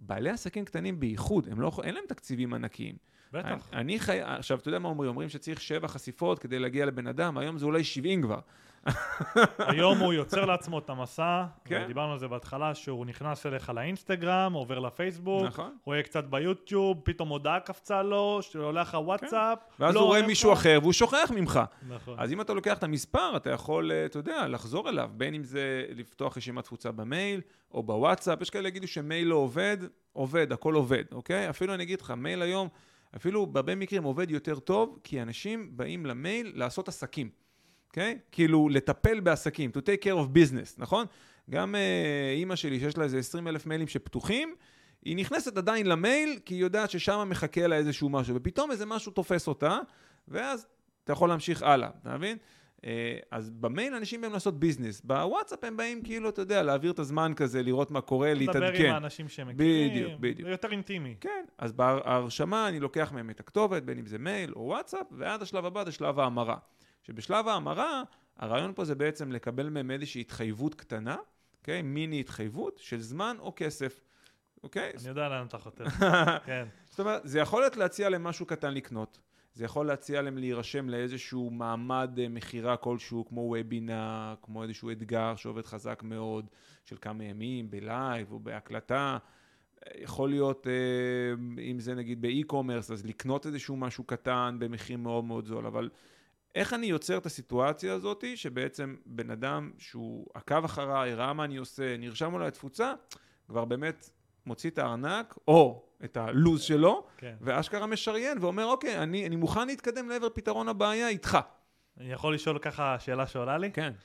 בעלי עסקים קטנים בייחוד, אין להם תקציבים ענקיים. בטח. עכשיו, אתה יודע מה אומרים? אומרים שצריך 7 חשיפות כדי להגיע לבן אדם, היום זה אולי 70 כבר. היום הוא יוצר לעצמו את המסע, כן. דיברנו על זה בהתחלה, שהוא נכנס אליך לאינסטגרם, עובר לפייסבוק, נכון. רואה קצת ביוטיוב, פתאום הודעה קפצה לו, שעולה לך וואטסאפ. ואז הוא רואה מישהו אחר והוא שוכח ממך. נכון. אז אם אתה לוקח את המספר, אתה יכול, אתה יודע, לחזור אליו, בין אם זה לפתוח רשימת תפוצה במייל או בוואטסאפ. יש כאלה יגידו שמייל לא עובד, הכל עובד, אוקיי? אפילו אני אגיד לך, מייל היום, אפילו בהרבה מקרים עובד יותר טוב, כי אנשים באים למייל לעשות עסקים. אוקיי? כאילו, לטפל בעסקים, to take care of business, נכון? גם אמא שלי, שיש לה איזה 20,000 מיילים שפתוחים, היא נכנסת עדיין למייל, כי היא יודעת ששם מחכה לה איזשהו משהו, ופתאום איזה משהו תופס אותה, ואז אתה יכול להמשיך הלאה, אתה מבין? אז במייל אנשים באים לעשות ביזנס, בוואטסאפ הם באים כאילו, אתה יודע, להעביר את הזמן כזה, לראות מה קורה, להתעדכן. לדבר עם האנשים שמכירים, בדיוק. זה יותר אינטימי. כן, אז בהרשמה אני לוקח מהם את הכתובת, בין אם זה מייל או וואטסאפ, ועד השלב הבא זה שלב ההמרה. שבשלב ההמרה, הרעיון פה זה בעצם לקבל מהם איזושהי התחייבות קטנה, אוקיי? מיני התחייבות של זמן או כסף, אוקיי? אני יודע לאן אתה חותר. כן. זאת אומרת, זה יכול להיות להציע להם משהו קטן לקנות, זה יכול להציע להם להירשם לאיזשהו מעמד מחירה כלשהו, כמו וובינר, כמו איזשהו אתגר שעובד חזק מאוד, של כמה ימים, בלייב או בהקלטה. יכול להיות, אם זה נגיד באי-קומרס, אז לקנות איזשהו משהו קטן במחיר מאוד מאוד זול, אבל איך אני יוצר את הסיטואציה הזאת, שבעצם בן אדם שהוא עקב אחריי, ראה מה אני עושה, נרשם לו לתפוצה, כבר באמת מוציא את הארנק, או את הלוז שלו, כן. ואשכרה משריין, ואומר, אוקיי, אני מוכן להתקדם לעבר פתרון הבעיה איתך. אני יכול לשאול ככה שאלה שעולה לי? כן.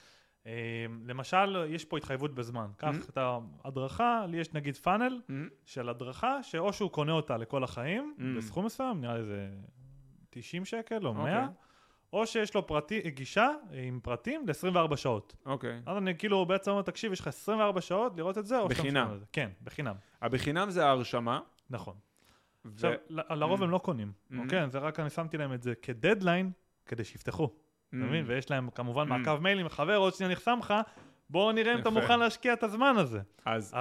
למשל, יש פה התחייבות בזמן. קח את ההדרכה, לי יש נגיד פאנל של הדרכה, שאו שהוא קונה אותה לכל החיים, בסכום מסוים, נראה לי זה 90 שקל או 100, או שיש לו גישה עם פרטים ל-24 שעות. אוקיי. אז אני כאילו בעצם אומר, תקשיב, יש לך 24 שעות לראות את זה, או בחינם. כן, בחינם. הבחינם זה ההרשמה. נכון. עכשיו, לרוב הם לא קונים. אוקיי, זה רק אני שמתי להם את זה כדדליין, כדי שיפתחו. אתה מבין? ויש להם כמובן מעקב מיילים, חבר, עוד שנייה נחסם לך, בואו נראה אם אתה מוכן להשקיע את הזמן הזה. אז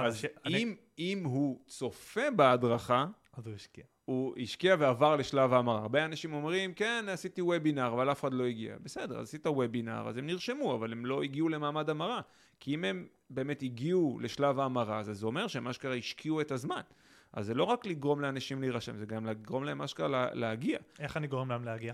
אם הוא צופה בהדרכה, אז הוא השקיע. הוא השקיע ועבר לשלב ההמרה. הרבה אנשים אומרים, כן, עשיתי וובינר, אבל אף אחד לא הגיע. בסדר, אז עשית וובינר, אז הם נרשמו, אבל הם לא הגיעו למעמד המרה. כי אם הם באמת הגיעו לשלב ההמרה, אז זה אומר שהם אשכרה השקיעו את הזמן. אז זה לא רק לגרום לאנשים להירשם, זה גם לגרום להם אשכרה להגיע. איך אני גורם להם להגיע?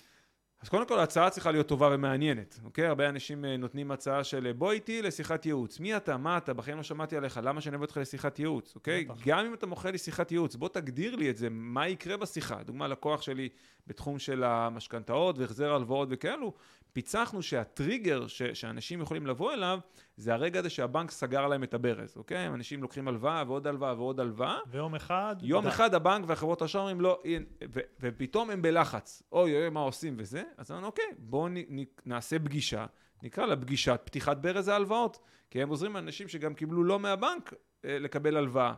אז קודם כל, ההצעה צריכה להיות טובה ומעניינת, אוקיי? הרבה אנשים נותנים הצעה של בוא איתי לשיחת ייעוץ. מי אתה? מה אתה? בחיים לא שמעתי עליך. למה שאני אבוא אותך לשיחת ייעוץ, אוקיי? גם אם אתה מוכר לי שיחת ייעוץ, בוא תגדיר לי את זה, מה יקרה בשיחה. דוגמה, לקוח שלי בתחום של המשכנתאות והחזר הלוואות וכאלו, פיצחנו שהטריגר שאנשים יכולים לבוא אליו, זה הרגע הזה שהבנק סגר להם את הברז, אוקיי? אנשים לוקחים הלוואה ועוד הלוואה ועוד הלוואה. ויום אחד הבנק והחברות האשראי אומרים לא, ופתאום הם בלחץ. אוי, מה עושים וזה? אז אמרנו, אוקיי, בואו נעשה פגישה, נקרא לה פגישת פתיחת ברז ההלוואות, כי הם עוזרים לאנשים שגם קיבלו לא מהבנק לקבל הלוואה.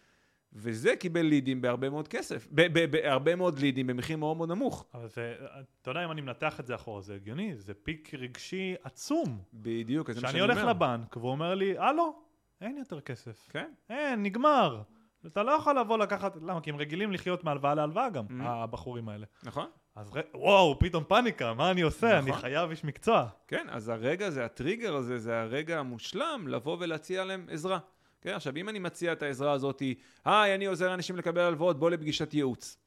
וזה קיבל לידים בהרבה מאוד כסף, בהרבה מאוד לידים במחיר מאוד מאוד נמוך. אבל זה, אתה יודע, אם אני מנתח את זה אחורה, זה הגיוני, זה פיק רגשי עצום. בדיוק, אז שאני הולך לבנק והוא אומר לי, הלו, אין יותר כסף. כן? אין, נגמר. אתה לא יכול לבוא לקחת, למה? כי הם רגילים לחיות מהלוואה להלוואה גם, הבחורים האלה. נכון. אז וואו, פתאום פאניקה, מה אני עושה? אני חייב איש מקצוע. כן, אז הרגע הזה, הטריגר הזה, זה הרגע המושלם לבוא ולהציע להם עזרה. כן, עכשיו, אם אני מציע את העזרה הזאת, היי, אני עוזר אנשים לקבל הלוואות, בוא לפגישת ייעוץ.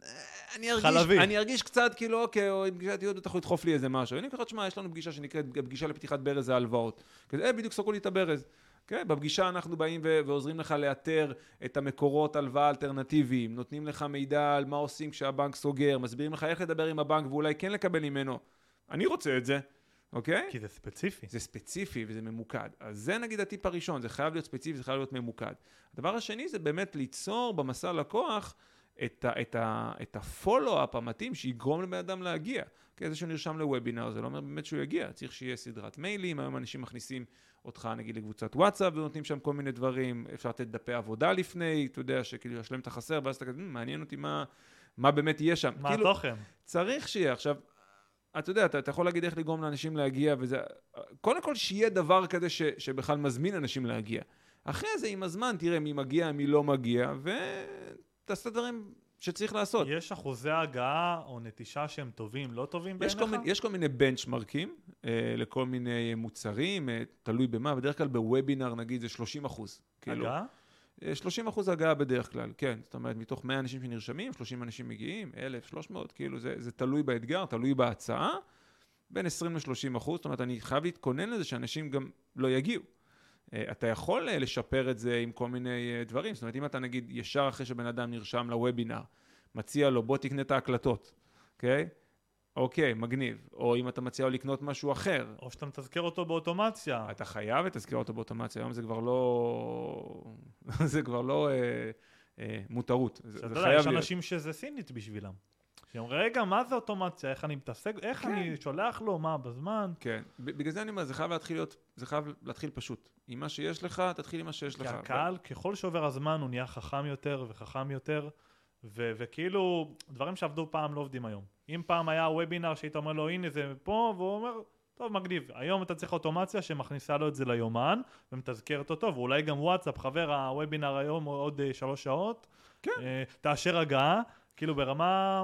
אני ארגיש קצת כאילו, אוקיי, או עם פגישת ייעוץ, אתה יכול לדחוף לי איזה משהו. אני אקרא, תשמע, יש לנו פגישה שנקראת פגישה לפתיחת ברז ההלוואות. כזה, בדיוק סגרו לי את הברז. כן, בפגישה אנחנו באים ועוזרים לך לאתר את המקורות הלוואה אלטרנטיביים, נותנים לך מידע על מה עושים כשהבנק סוגר, מסבירים לך איך לדבר עם הבנק ואולי כן לקבל ממנו. אני רוצה את זה. אוקיי? כי זה ספציפי. זה ספציפי וזה ממוקד. אז זה נגיד הטיפ הראשון, זה חייב להיות ספציפי, זה חייב להיות ממוקד. הדבר השני זה באמת ליצור במסע לקוח את הפולו-אפ המתאים שיגרום לבן אדם להגיע. כי זה שהוא נרשם לוובינר, זה לא אומר באמת שהוא יגיע. צריך שיהיה סדרת מיילים, היום אנשים מכניסים אותך נגיד לקבוצת וואטסאפ ונותנים שם כל מיני דברים, אפשר לתת דפי עבודה לפני, אתה יודע שכאילו ישלם את החסר, ואז אתה כזה, מעניין אותי מה באמת יהיה שם. מה התוכן? צריך שיהיה. עכשיו, אתה יודע, אתה יכול להגיד איך לגרום לאנשים להגיע, וזה, קודם כל שיהיה דבר כזה שבכלל מזמין אנשים להגיע. אחרי זה, עם הזמן, תראה מי מגיע, מי לא מגיע, ותעשה דברים שצריך לעשות. יש אחוזי הגעה או נטישה שהם טובים, לא טובים בעיניך? יש כל מיני בנצ'מרקים לכל מיני מוצרים, תלוי במה, בדרך כלל בוובינר נגיד זה 30%. הגעה? 30% הגעה בדרך כלל, כן. זאת אומרת, מתוך 100 אנשים שנרשמים, 30 אנשים מגיעים, 1,300, כאילו זה תלוי באתגר, תלוי בהצעה, בין 20-30%, זאת אומרת, אני חייב להתכונן לזה שאנשים גם לא יגיעו. אתה יכול לשפר את זה עם כל מיני דברים, זאת אומרת, אם אתה נגיד ישר אחרי שבן אדם נרשם לוובינר, מציע לו, בוא תקנה את ההקלטות, אוקיי? אוקיי, מגניב. או אם אתה מציע לו לקנות משהו אחר. או שאתה מתזכר אותו באוטומציה. אתה חייב לתזכר אותו באוטומציה, היום זה כבר לא... זה כבר לא מותרות. זה חייב להיות. יש אנשים שזה סינית בשבילם. שאומרים, רגע, מה זה אוטומציה? איך אני מתעסק? איך אני שולח לו? מה בזמן? כן. בגלל זה אני אומר, זה חייב להתחיל פשוט. עם מה שיש לך, תתחיל עם מה שיש לך. כי הקהל, ככל שעובר הזמן, הוא נהיה חכם יותר וחכם יותר, וכאילו, דברים שעבדו פעם לא עובדים היום. אם פעם היה וובינר שהיית אומר לו, הנה זה פה, והוא אומר, טוב, מגניב. היום אתה צריך אוטומציה שמכניסה לו את זה ליומן, ומתזכרת אותו, ואולי גם וואטסאפ, חבר, הוובינר היום עוד 3 שעות. כן. תאשר הגעה, כאילו ברמה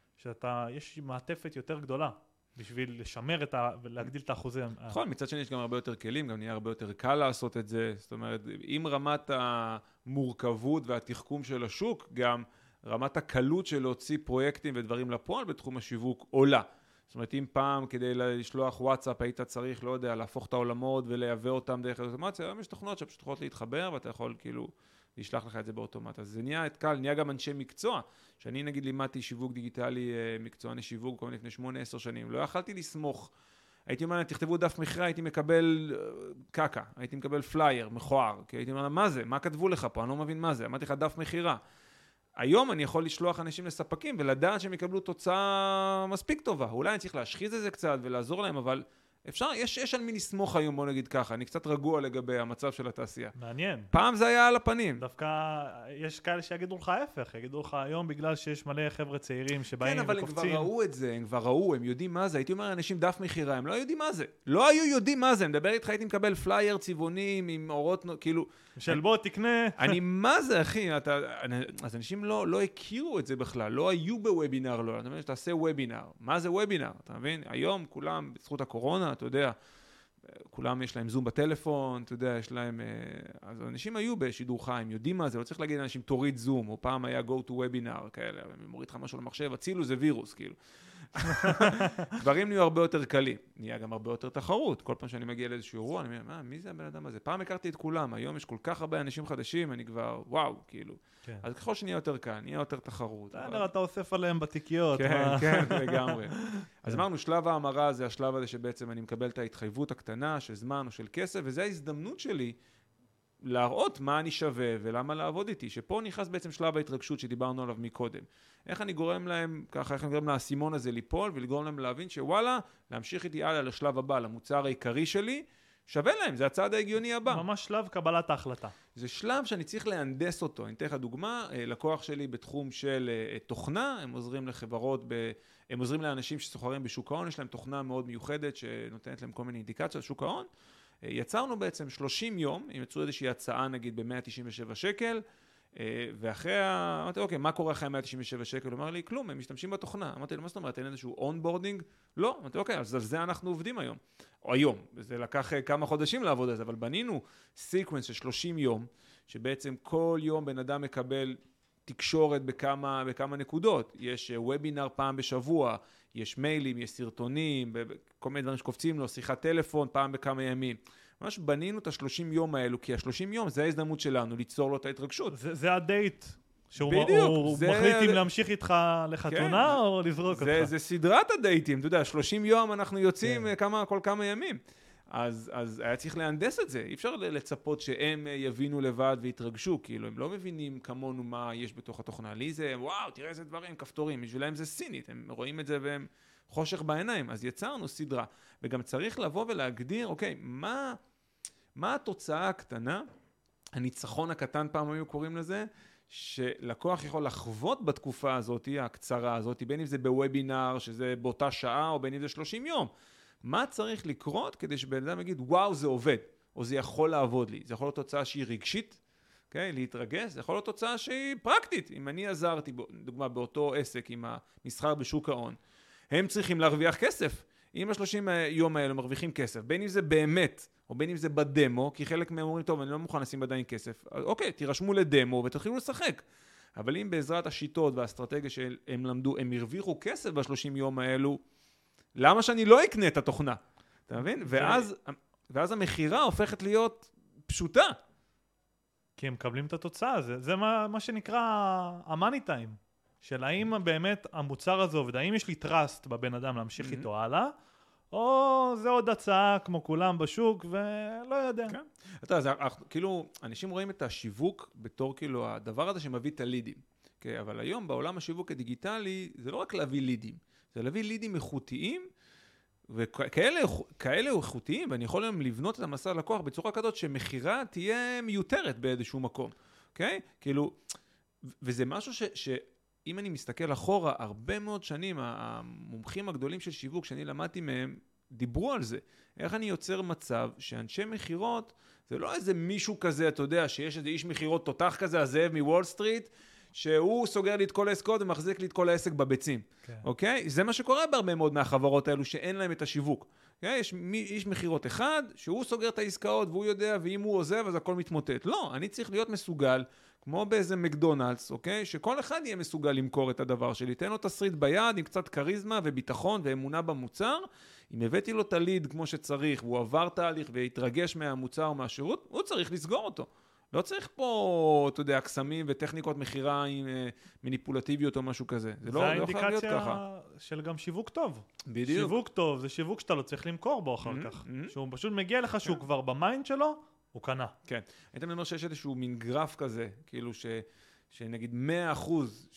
יש מעטפת יותר גדולה, בשביל לשמר ולהגדיל את האחוזים. נכון, מצד שני יש גם הרבה יותר כלים, גם נהיה הרבה יותר קל לעשות את זה. זאת אומרת, אם רמת המורכבות והתחכום של השוק, גם רמת הקלות של להוציא פרויקטים ודברים לפועל בתחום השיווק עולה. זאת אומרת, אם פעם כדי לשלוח וואטסאפ היית צריך, לא יודע, להפוך את העולמות ולייבא אותם דרך האוטומציה, היום יש תוכנות שפשוט יכולות להתחבר ואתה יכול כאילו לשלח לך את זה באוטומט. אז זה נהיה קל, נהיה גם אנשי מקצוע. שאני נגיד לימדתי שיווק דיגיטלי, מקצועני שיווק, כל לפני 8-10 שנים. לא יכלתי לסמוך. הייתי אומר, תכתבו דף מכירה, הייתי מקבל קקה, הייתי מקבל פלייר, מכוער. כי הייתי אומר, מה זה? מה כתבו לך פה? אני לא מבין מה זה. אמרתי לך דף מכירה. היום אני יכול לשלוח אנשים לספקים ולדעת שהם יקבלו תוצאה מספיק טובה. אולי אני צריך להשחיז את זה קצת ולעזור להם, אבל אפשר, יש על מי לסמוך היום, בוא נגיד ככה. אני קצת רגוע לגבי המצב של התעשייה. מעניין. פעם זה היה על הפנים. דווקא יש כאלה שיגידו לך ההפך, יגידו לך היום בגלל שיש מלא חבר'ה צעירים שבאים וקופצים. כן, אבל וקופצים. הם כבר ראו את זה, הם כבר ראו, הם יודעים מה זה. הייתי אומר, אנשים דף מכירה, הם לא יודעים מה זה. לא היו יודעים מה זה. אני מדבר איתך, הייתי מקבל פלייר צבעונים עם אורות, כאילו... של בוא תקנה. אני, מה זה, אחי? אז אנשים לא הכירו את זה בכלל, לא היו בוובינר, לא. אתה מבין, שתעשה וובינר. מה זה וובינר? אתה מבין? היום כולם, בזכות הקורונה, אתה יודע, כולם יש להם זום בטלפון, אתה יודע, יש להם... אז אנשים היו בשידור חיים, יודעים מה זה, לא צריך להגיד לאנשים, תוריד זום, או פעם היה go to webinar, כאלה, מוריד לך משהו למחשב, הצילו זה וירוס, כאילו. דברים נהיו הרבה יותר קלים, נהיה גם הרבה יותר תחרות. כל פעם שאני מגיע לאיזשהו אירוע, אני אומר, מי זה הבן אדם הזה? פעם הכרתי את כולם, היום יש כל כך הרבה אנשים חדשים, אני כבר, וואו, כאילו. אז ככל שנהיה יותר קל, נהיה יותר תחרות. אתה אוסף עליהם בתיקיות. כן, כן, לגמרי. אז אמרנו, שלב ההמרה זה השלב הזה שבעצם אני מקבל את ההתחייבות הקטנה של זמן או של כסף, וזו ההזדמנות שלי להראות מה אני שווה ולמה לעבוד איתי, שפה נכנס בעצם שלב ההתרגשות שדיברנו עליו מקודם. איך אני גורם להם, ככה, איך אני גורם לאסימון הזה ליפול, ולגרום להם להבין שוואלה, להמשיך איתי הלאה לשלב הבא, למוצר העיקרי שלי, שווה להם, זה הצעד ההגיוני הבא. ממש שלב קבלת ההחלטה. זה שלב שאני צריך להנדס אותו. אני אתן לך דוגמה, לקוח שלי בתחום של תוכנה, הם עוזרים לחברות, הם עוזרים לאנשים שסוחרים בשוק ההון, יש להם תוכנה מאוד מיוחדת שנותנת להם כל מיני אינדיקציות לשוק ההון. יצרנו בעצם 30 יום, הם יצרו איזושהי הצעה נגיד ב-197 שקל, ואחרי, אמרתי, אוקיי, מה קורה אחרי 197 שקל? הוא אמר לי, כלום, הם משתמשים בתוכנה. אמרתי לו, מה זאת אומרת, אין איזשהו אונבורדינג? לא. אמרתי, אוקיי, אז על זה אנחנו עובדים היום. או היום, זה לקח כמה חודשים לעבוד על זה, אבל בנינו סיקוונס של 30 יום, שבעצם כל יום בן אדם מקבל תקשורת בכמה נקודות. יש וובינר פעם בשבוע, יש מיילים, יש סרטונים, כל מיני דברים שקופצים לו, שיחת טלפון פעם בכמה ימים. ממש בנינו את ה-30 יום האלו, כי ה-30 יום זה ההזדמנות שלנו ליצור לו את ההתרגשות. זה הדייט. שהוא מחליט אם להמשיך איתך לחתונה או לזרוק אותך. זה סדרת הדייטים, אתה יודע, 30 יום אנחנו יוצאים כל כמה ימים. אז היה צריך להנדס את זה. אי אפשר לצפות שהם יבינו לבד ויתרגשו, כאילו הם לא מבינים כמונו מה יש בתוך התוכנה. לי זה, וואו, תראה איזה דברים, כפתורים, בשבילם זה סינית, הם רואים את זה והם חושך בעיניים. אז יצרנו סדרה, וגם צריך לבוא ולהגדיר, אוקיי, מה התוצאה הקטנה, הניצחון הקטן פעם היו קוראים לזה, שלקוח יכול לחוות בתקופה הזאת, הקצרה הזאת, בין אם זה בוובינר, שזה באותה שעה, או בין אם זה 30 יום. מה צריך לקרות כדי שבן אדם יגיד, וואו, זה עובד. או זה יכול לעבוד לי. זה יכול להיות תוצאה שהיא רגשית, okay, להתרגש, זה יכול להיות תוצאה שהיא פרקטית. אם אני עזרתי, דוגמה, באותו עסק עם המסחר בשוק ההון, הם צריכים להרוויח כסף. אם ה-30 יום האלה מרוויחים כסף, בין אם זה באמת, או בין אם זה בדמו, כי חלק מהם אומרים, טוב, אני לא מוכן לשים עדיין כסף, אז אוקיי, תירשמו לדמו ותתחילו לשחק. אבל אם בעזרת השיטות והאסטרטגיה שהם למדו, הם הרוויחו כסף ב-30 יום האלו, למה שאני לא אקנה את התוכנה? אתה מבין? ואז המחירה הופכת להיות פשוטה. כי הם מקבלים את התוצאה, זה מה שנקרא המאני טיים, של האם באמת המוצר הזה עובד, האם יש לי טראסט בבן אדם להמשיך איתו הלאה, או זה עוד הצעה כמו כולם בשוק, ולא יודע. כן. אתה יודע, כאילו, אנשים רואים את השיווק בתור כאילו הדבר הזה שמביא את הלידים. Okay, אבל היום בעולם השיווק הדיגיטלי, זה לא רק להביא לידים, זה להביא לידים איכותיים, וכאלה איכותיים, ואני יכול היום לבנות את המסע לקוח בצורה כזאת שמחירה תהיה מיותרת באיזשהו מקום. אוקיי? כאילו, וזה משהו שאם אני מסתכל אחורה, הרבה מאוד שנים, המומחים הגדולים של שיווק שאני למדתי מהם, דיברו על זה. איך אני יוצר מצב שאנשי מחירות, זה לא איזה מישהו כזה, אתה יודע, שיש איזה איש מחירות תותח כזה, הזאב מוול סטריט, שהוא סוגר לי את כל העסקות ומחזיק לי את כל העסק בביצים. אוקיי? זה מה שקורה בהרבה מאוד מהחברות האלו שאין להם את השיווק. יש איש מחירות אחד, שהוא סוגר את העסקאות והוא יודע, ואם הוא עוזב אז הכל מתמוטט. לא, אני צריך להיות מסוגל, כמו באיזה מקדונלדס, אוקיי? שכל אחד יהיה מסוגל למכור את הדבר שלי. תן לו תסריט ביד עם קצת קריזמה וביטחון ואמונה במוצר. אם הבאתי לו את הליד כמו שצריך, והוא עבר תהליך והתרגש מהמוצר או מהשירות, הוא צריך לסגור אותו. לא צריך פה, אתה יודע, קסמים וטכניקות מחירה עם מניפולטיביות או משהו כזה. זה לא יכול להיות ככה. של גם שיווק טוב. בדיוק. שיווק טוב זה שיווק שאתה לא צריך למכור בו אחר כך. שהוא פשוט מגיע לך שהוא כבר במיינד שלו, הוא קנה. כן. הייתם אומר שיש איזשהו מין גרף כזה, כאילו שנגיד 100%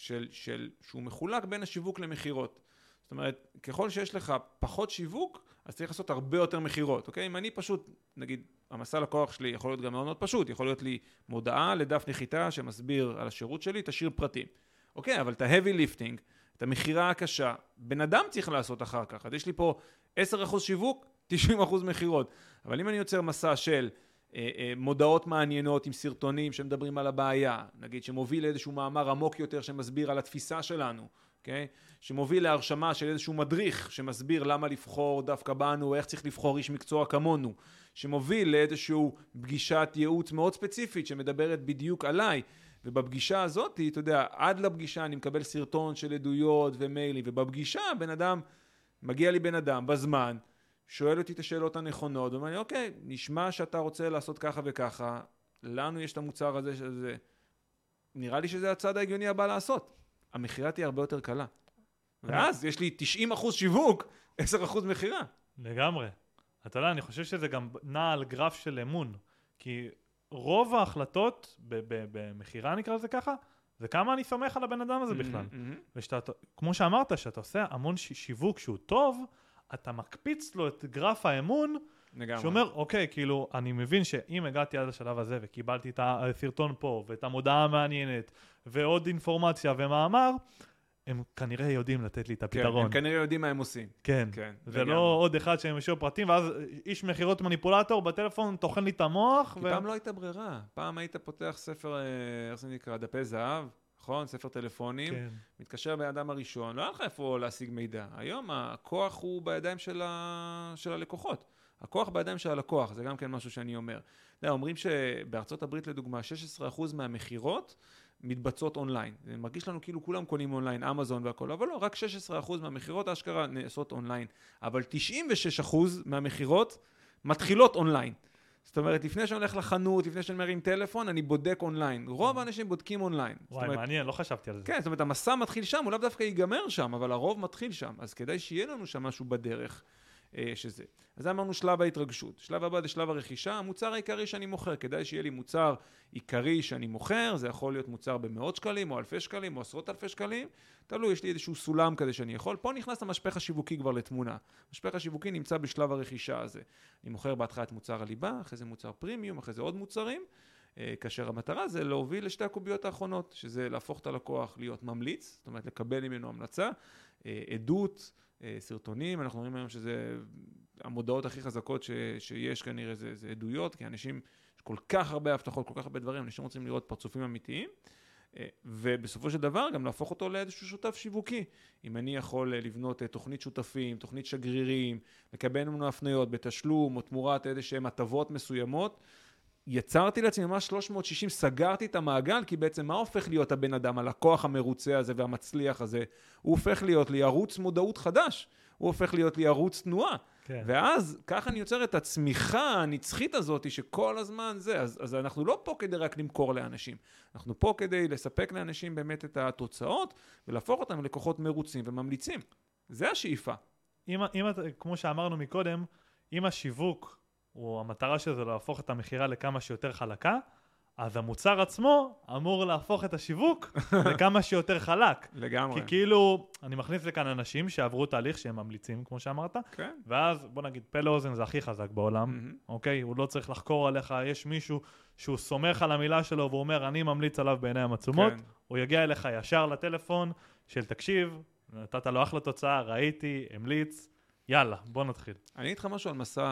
שהוא מחולק בין השיווק למחירות. זאת אומרת, ככל שיש לך פחות שיווק, אז צריך לעשות הרבה יותר מחירות, אוקיי? אם אני פשוט, נגיד, המסע לקוח שלי יכול להיות גם מאוד מאוד פשוט, יכול להיות לי מודעה לדף נחיתה שמסביר על השירות שלי, תשאיר פרטים. אוקיי, אבל את ה-heavy lifting, את המחירה הקשה, בן אדם צריך לעשות אחר כך. אז יש לי פה 10% שיווק, 90% מחירות. אבל אם אני יוצר מסע של מודעות מעניינות עם סרטונים שמדברים על הבעיה, נגיד שמוביל לאיזשהו מאמר עמוק יותר שמסביר על התפיסה שלנו, Okay? שמוביל להרשמה של איזשהו מדריך שמסביר למה לבחור דווקא בנו, איך צריך לבחור איש מקצוע כמונו, שמוביל לאיזשהו פגישת ייעוץ מאוד ספציפית שמדברת בדיוק עליי, ובפגישה הזאת, אתה יודע, עד לפגישה אני מקבל סרטון של עדויות ומיילים, ובפגישה מגיע לי בן אדם בזמן, שואל אותי את השאלות הנכונות, ואומר לי, אוקיי, נשמע שאתה רוצה לעשות ככה וככה, לנו יש את המוצר הזה שזה, נראה לי שזה הצד ההגיוני הבא לעשות. המחירה תהיה הרבה יותר קלה. ואז יש לי 90% שיווק, 10% מחירה. לגמרי. אתה יודע, אני חושב שזה גם נע על גרף של אמון. כי רוב ההחלטות במחירה, נקרא לזה ככה, זה כמה אני סומך על הבן אדם הזה בכלל. וכמו שאמרת, שאתה עושה המון שיווק שהוא טוב, אתה מקפיץ לו את גרף האמון, שאומר, אוקיי, כאילו, אני מבין שאם הגעתי עד השלב הזה וקיבלתי את הסרטון פה, ואת המודעה המעניינת, ועוד אינפורמציה ומאמר, הם כנראה יודעים לתת לי את הפתרון. כן, הם כנראה יודעים מה הם עושים. כן, זה לא עוד אחד שהם משאיר פרטים, ואז איש מחירות מניפולטור בטלפון טוחן לי את המוח. כי פעם לא הייתה ברירה. פעם היית פותח ספר, איך זה נקרא, דפי זהב, נכון? ספר טלפונים, מתקשר באדם הראשון, לא היה לך איפה להשיג מידע. היום הכוח הוא בידיים של הלקוחות. הכוח בידיים של הלקוח, זה גם כן משהו שאני אומר. אומרים שבארצות הברית לדוגמה, 16% מהמחירות מתבצעות אונליין. זה מרגיש לנו כאילו כולם קונים אונליין, אמזון והכל, אבל לא, רק 16% מהמחירות האשכרה נעשות אונליין. אבל 96% מהמחירות מתחילות אונליין. זאת אומרת, לפני שאני הולך לחנות, לפני שאני מרים טלפון, אני בודק אונליין. רוב האנשים בודקים אונליין. וואי, מעניין, לא חשבתי על זה. כן, זאת אומרת, המסע מתחיל שם, הוא לאו דווקא ייגמר שם, אבל הרוב מתחיל שם. אז כדאי שיהיה לנו שם משהו בדרך שזה. אז אמרנו שלב ההתרגשות. שלב הבא זה שלב הרכישה, המוצר העיקרי שאני מוכר. כדאי שיהיה לי מוצר עיקרי שאני מוכר, זה יכול להיות מוצר במאות שקלים, או אלפי שקלים, או עשרות אלפי שקלים. תלוי, יש לי איזשהו סולם כזה שאני יכול. פה נכנס המשפך השיווקי כבר לתמונה. המשפך השיווקי נמצא בשלב הרכישה הזה. אני מוכר בהתחלה את מוצר הליבה, אחרי זה מוצר פרימיום, אחרי זה עוד מוצרים, כאשר המטרה זה להוביל לשתי הקוביות האחרונות, שזה להפוך את הלקוח להיות ממליץ, זאת אומרת לקבל ממנו המלצה, עדות, סרטונים, אנחנו רואים היום שזה המודעות הכי חזקות שיש כנראה זה עדויות, כי אנשים, יש כל כך הרבה הבטחות, כל כך הרבה דברים, אנשים רוצים לראות פרצופים אמיתיים, ובסופו של דבר גם להפוך אותו לאיזשהו שותף שיווקי. אם אני יכול לבנות תוכנית שותפים, תוכנית שגרירים, לקבל ממנו הפניות בתשלום או תמורת איזשהם הטבות מסוימות, יצרתי לעצמי ממש 360, סגרתי את המעגל, כי בעצם מה הופך להיות הבן אדם, הלקוח המרוצה הזה והמצליח הזה? הוא הופך להיות לי ערוץ מודעות חדש, הוא הופך להיות לי ערוץ תנועה. כן. ואז ככה אני יוצר את הצמיחה הנצחית הזאת שכל הזמן זה, אז אנחנו לא פה כדי רק למכור לאנשים, אנחנו פה כדי לספק לאנשים באמת את התוצאות, ולהפוך אותם ללקוחות מרוצים וממליצים. זה השאיפה. כמו שאמרנו מקודם, אם השיווק, או המטרה של זה להפוך את המחירה לכמה שיותר חלקה, אז המוצר עצמו אמור להפוך את השיווק לכמה שיותר חלק. לגמרי. כי כאילו, אני מכניס לכאן אנשים שעברו תהליך שהם ממליצים, כמו שאמרת, כן. ואז בוא נגיד, פה לאוזן זה הכי חזק בעולם, אוקיי? הוא לא צריך לחקור עליך, יש מישהו שהוא סומך על המילה שלו, והוא אומר, אני ממליץ עליו בעיניים עצומות, הוא יגיע אליך ישר לטלפון של תקשיב, נתת לו אחלה תוצאה, ראיתי, המליץ, יאללה, בוא נתחיל. אני אגיד לך משהו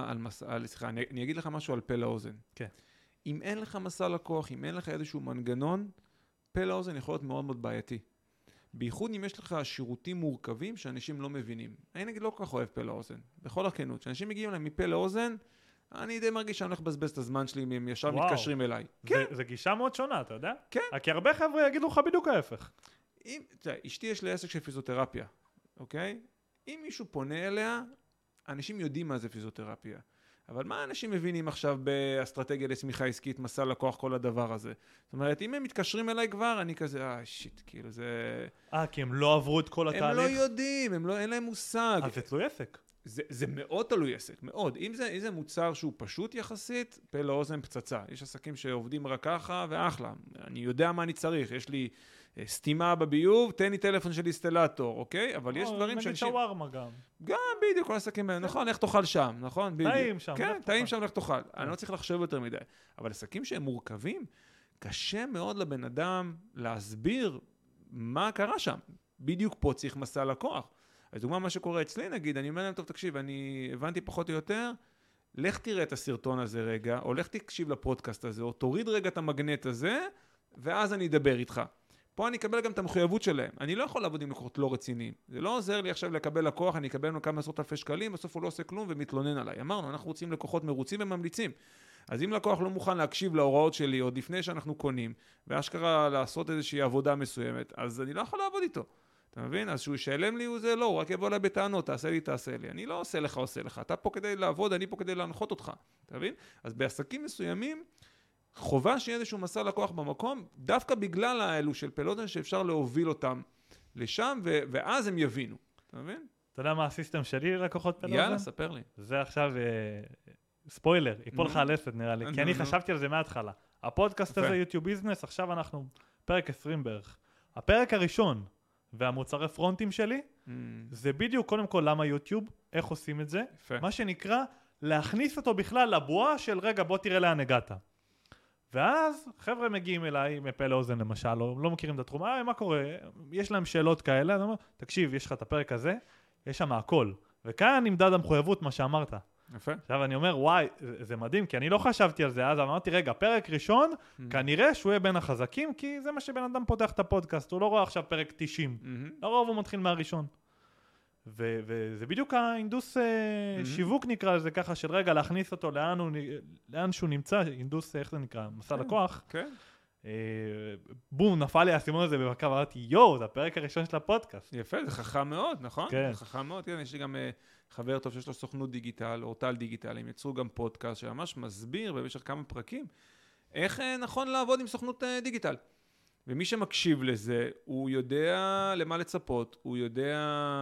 אני אגיד לך משהו על פה לאוזן. כן. אם אין לך מסע לקוח, אם אין לך איזשהו מנגנון, פה לאוזן יכול להיות מאוד מאוד בעייתי. בייחוד אם יש לך שירותים מורכבים שאנשים לא מבינים. אני נגיד לא כל כך אוהב פה לאוזן. בכל הכנות. כשאנשים מגיעים להם מפה לאוזן, אני די מרגיש שאני הולך לבזבז את הזמן שלי אם הם ישר מתקשרים אליי. כן. זה גישה מאוד שונה, אתה יודע? כן. כי הרבה חבר'ה יגידו לך בדיוק ההפך. אשתי יש לי עסק של פיזיותרפיה, אוקיי? אם מישהו פונה אליה, אנשים יודעים מה זה פיזיותרפיה. אבל מה אנשים מבינים עכשיו באסטרטגיה לצמיחה עסקית, מסע לקוח, כל הדבר הזה? זאת אומרת, אם הם מתקשרים אליי כבר, אני כזה, שיט, כאילו זה... כי הם לא עברו את כל התהליך? הם לא יודעים, אין להם מושג. אז זה תלוי עסק. זה מאוד תלוי עסק, מאוד. אם זה מוצר שהוא פשוט יחסית, פה לאוזן פצצה. יש עסקים שעובדים רק ככה, ואחלה. אני יודע מה אני צריך, יש לי סתימה בביוב, תן לי טלפון של אינסטלטור, אוקיי? אבל יש דברים שאנשים... נגיד שווארמה גם. גם בדיוק, כל העסקים האלה, נכון, לך תאכל שם, נכון? טעים שם. כן, טעים שם, לך תאכל. אני לא צריך לחשוב יותר מדי. אבל עסקים שהם מורכבים, קשה מאוד לבן אדם להסביר מה קרה שם. בדיוק פה צריך מסע לקוח. אז דוגמה מה שקורה אצלי, נגיד, אני אומר להם, טוב, תקשיב, אני הבנתי פחות או יותר, לך תראה את הסרטון הזה רגע, או לך תקשיב לפודקאסט הזה, או תוריד רגע את המגנט הזה, ואז אני אדבר איתך. פה אני אקבל גם את המחויבות שלהם. אני לא יכול לעבוד עם לקוחות לא רציניים. זה לא עוזר לי עכשיו לקבל לקוח, אני אקבל לו כמה עשרות אלפי שקלים, בסוף הוא לא עושה כלום ומתלונן עליי. אמרנו, אנחנו רוצים לקוחות מרוצים וממליצים. אז אם לקוח לא מוכן להקשיב להוראות שלי, עוד לפני שאנחנו קונים, ואשכרה לעשות איזושהי עבודה מסוימת, אז אני לא יכול לעבוד איתו. אתה מבין? אז שהוא ישלם לי, לא, הוא רק יבוא אליי בטענות, תעשה לי. אני לא עושה לך. אתה פה כדי לעבוד, אני פה כדי להנחות אותך. אתה מבין? אז בעסקים מסוימים, חובה שיהיה איזשהו מסע לקוח במקום, דווקא בגלל האלו של פלוטן, שאפשר להוביל אותם לשם, ואז הם יבינו. אתה מבין? אתה יודע מה הסיסטם שלי לקוחות פלוטן? יאללה, ספר לי. זה עכשיו ספוילר, יפול לך על אסת נראה לי, כי אני חשבתי על זה מההתחלה. הפודקאסט הזה, יוטיוב ביזנס, עכשיו אנחנו פרק 20 בערך. הפרק הראשון, והמוצרי פרונטים שלי, זה בדיוק קודם כל למה יוטיוב, איך עושים את זה, מה שנקרא להכניס אותו בכלל לבועה של רגע בוא תראה לאן הגעת. ואז חבר'ה מגיעים אליי מפה לאוזן למשל, לא מכירים את התחום, מה קורה? יש להם שאלות כאלה, אני אומר, תקשיב, יש לך את הפרק הזה, יש שם הכל, וכאן נמדד המחויבות מה שאמרת. יפה. עכשיו אני אומר, וואי, זה מדהים, כי אני לא חשבתי על זה אז, אמרתי, רגע, פרק ראשון, כנראה שהוא יהיה בין החזקים, כי זה מה שבן אדם פותח את הפודקאסט, הוא לא רואה עכשיו פרק 90, לרוב הוא מתחיל מהראשון. וזה בדיוק האינדוס שיווק נקרא לזה ככה, של רגע להכניס אותו לאן שהוא נמצא, אינדוס, איך זה נקרא, מסע לקוח. כן. בום, נפל לי הסימון הזה בבקה, ואמרתי, זה הפרק הראשון של הפודקאסט. יפה, זה חכם מאוד, נכון? כן. זה חכם מאוד, כן, יש לי גם חבר טוב שיש לו סוכנות דיגיטל, אורטל דיגיטל, הם יצרו גם פודקאסט שממש מסביר במשך כמה פרקים, איך נכון לעבוד עם סוכנות דיגיטל. ומי שמקשיב לזה, הוא יודע למה לצפות, הוא יודע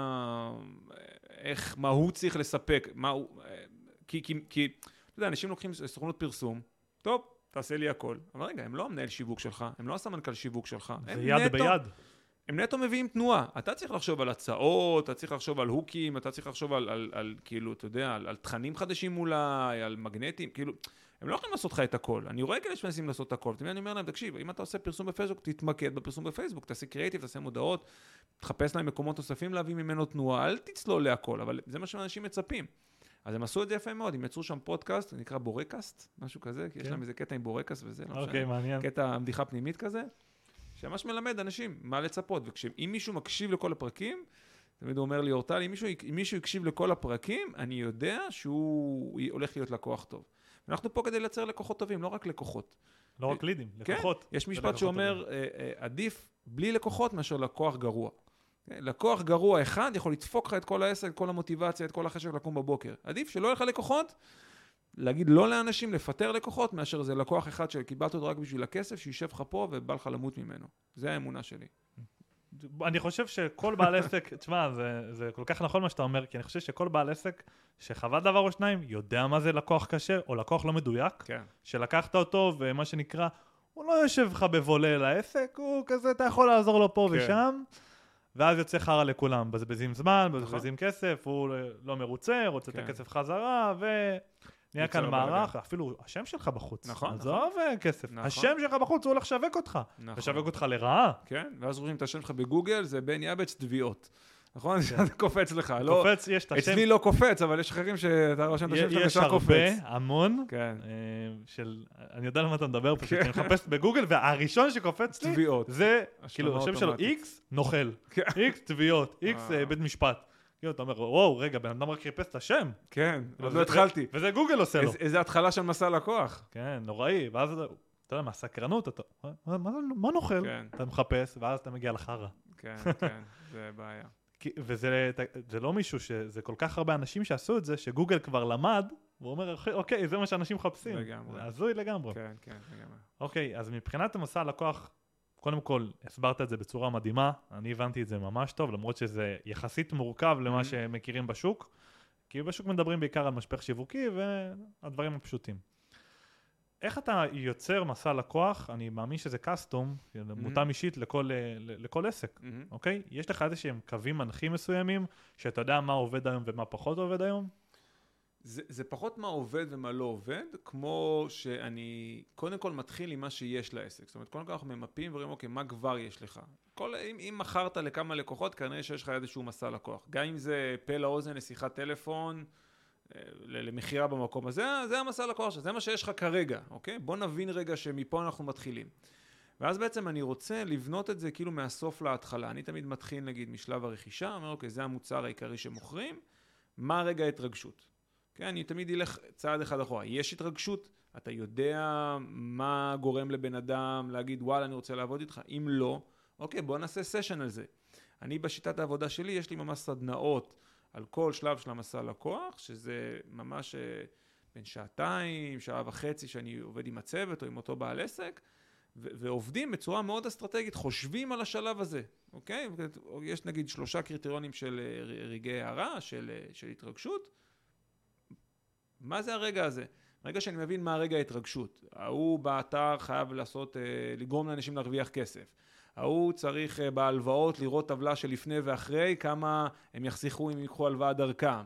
מה הוא צריך לספק, כי, אתה יודע, אנשים לוקחים סוכנות פרסום, טוב, תעשה לי הכל. אבל רגע, הם לא המנהל שיווק שלך, הם לא הסמנכ"ל שיווק שלך. זה יד ביד. הם נטו מביאים תנועה. אתה צריך לחשוב על הצעות, אתה צריך לחשוב על הוקים, אתה צריך לחשוב על כאילו, אתה יודע, על תכנים חדשים אולי, על מגנטים, כאילו, הם לא יכולים לעשות לך את הכל. אני רואה כאלה שמנסים לעשות את הכל. אני אומר להם, תקשיב, אם אתה עושה פרסום בפייסבוק, תתמקד בפרסום בפייסבוק, תעשה קריאטיב, תעשה מודעות, תחפש להם מקומות נוספים להביא ממנו תנועה, אל תצלול להכל, אבל זה מה שאנשים מצפים. אז הם עשו את זה יפה מאוד, הם יצרו שם פודקאסט, זה נקרא בורקאסט, משהו כזה, כי יש להם איזה קטע עם בורקאסט וזה, לא אוקיי, מעניין. קטע בדיחה פנימית כזה, שממש מלמד אנשים מה לצפות, ואם מישהו מקשיב לכל הפרקים, תמיד הוא אומר לי, אורטל, אם מישהו יקשיב לכל הפרקים, אני יודע שהוא הולך להיות לקוח טוב. אנחנו פה כדי לייצר לקוחות טובים, לא רק לקוחות. לא רק לידים, לקוחות. כן, יש משפט שאומר, עדיף בלי לקוחות מאשר לקוח גרוע. לקוח גרוע אחד יכול לדפוק לך את כל העסק, את כל המוטיבציה, את כל החשק לקום בבוקר. עדיף שלא יהיה לך לקוחות, להגיד לא לאנשים, לפטר לקוחות, מאשר זה לקוח אחד שקיבלת אותו רק בשביל הכסף, שישב לך פה ובא לך למות ממנו. זה האמונה שלי. אני חושב שכל בעל עסק, תשמע, זה כל כך נכון מה שאתה אומר, כי אני חושב שכל בעל עסק שחווה דבר או שניים, יודע מה זה לקוח קשה, או לקוח לא מדויק, כן. שלקחת אותו, ומה שנקרא, הוא לא יושב לך בבולה לעסק, הוא כזה, אתה יכול לעזור לו פה ושם, ואז יוצא חרה לכולם, מבזבזים זמן, מבזבזים כסף, הוא לא מרוצה, רוצה את הכסף חזרה, נהיה כאן מערך, אפילו השם שלך בחוץ. נכון. עזוב כסף. השם שלך בחוץ, הוא הולך לשווק אותך. לשווק אותך לרעה. כן, ואז רואים את השם שלך בגוגל, זה בן יאבץ תביעות. נכון? זה קופץ לך. קופץ, יש את השם. אצלי לא קופץ, אבל יש אחרים שאתה רושם את השם שלך ושם קופץ. יש הרבה, המון, אני יודע למה אתה מדבר פשוט, אני מחפש בגוגל, והראשון שקופץ לי, זה, כאילו, השם שלו X, נוכל. X, תביעות. X, בית משפט. כאילו, אתה אומר, וואו, רגע, בן אדם רק חיפש את השם. כן, עוד לא התחלתי. וזה גוגל עושה לו. איזה התחלה של מסע לקוח. כן, נוראי. ואז, אתה יודע, מהסקרנות, מה נוכל? אתה מחפש, ואז אתה מגיע לחרה. כן, זה בעיה. וזה לא מישהו זה כל כך הרבה אנשים שעשו את זה, שגוגל כבר למד, והוא אומר, אוקיי, זה מה שאנשים מחפשים. לגמרי. הזוי לגמרי. כן, לגמרי. אוקיי, אז מבחינת המסע לקוח, קודם כל, הסברת את זה בצורה מדהימה, אני הבנתי את זה ממש טוב, למרות שזה יחסית מורכב למה שמכירים בשוק, כי בשוק מדברים בעיקר על משפך שיווקי, והדברים הפשוטים. איך אתה יוצר מסע לקוח? אני מאמין שזה קסטום, מותאם אישית לכל עסק, אוקיי? יש לך איזשהם קווים מנחים מסוימים, שאתה יודע מה עובד היום ומה פחות עובד היום? זה פחות מה עובד ומה לא עובד, כמו שאני קודם כל מתחיל עם מה שיש לעסק. זאת אומרת, קודם כל אנחנו ממפים ורואים, אוקיי, מה כבר יש לך? אם מכרת לכמה לקוחות, כנראה שיש לך איזשהו מסע לקוח. גם אם זה פה לאוזן לשיחת טלפון, למחירה במקום הזה, זה המסע לקוח, זה מה שיש לך כרגע, אוקיי? בוא נבין רגע שמפה אנחנו מתחילים. ואז בעצם אני רוצה לבנות את זה כאילו מהסוף להתחלה. אני תמיד מתחיל, נגיד, משלב הרכישה, אומר, אוקיי, זה המוצר העיקרי שמוכרים, מה רגע ההתרגשות? כן, אני תמיד אלך צעד אחד אחורה. יש התרגשות, אתה יודע מה גורם לבן אדם להגיד, וואלה, אני רוצה לעבוד איתך. אם לא, אוקיי, בוא נעשה סשן על זה. אני בשיטת העבודה שלי, יש לי ממש סדנאות על כל שלב של המסע לקוח, שזה ממש בין שעתיים, שעה וחצי שאני עובד עם הצוות או עם אותו בעל עסק, ועובדים בצורה מאוד אסטרטגית, חושבים על השלב הזה, אוקיי? יש נגיד 3 קריטריונים של רגעי הערה, של התרגשות. מה זה הרגע הזה? רגע שאני מבין מה הרגע ההתרגשות. ההוא באתר חייב לגרום לאנשים להרוויח כסף. ההוא צריך בהלוואות לראות טבלה של לפני ואחרי, כמה הם יחסכו אם ייקחו הלוואה דרכה.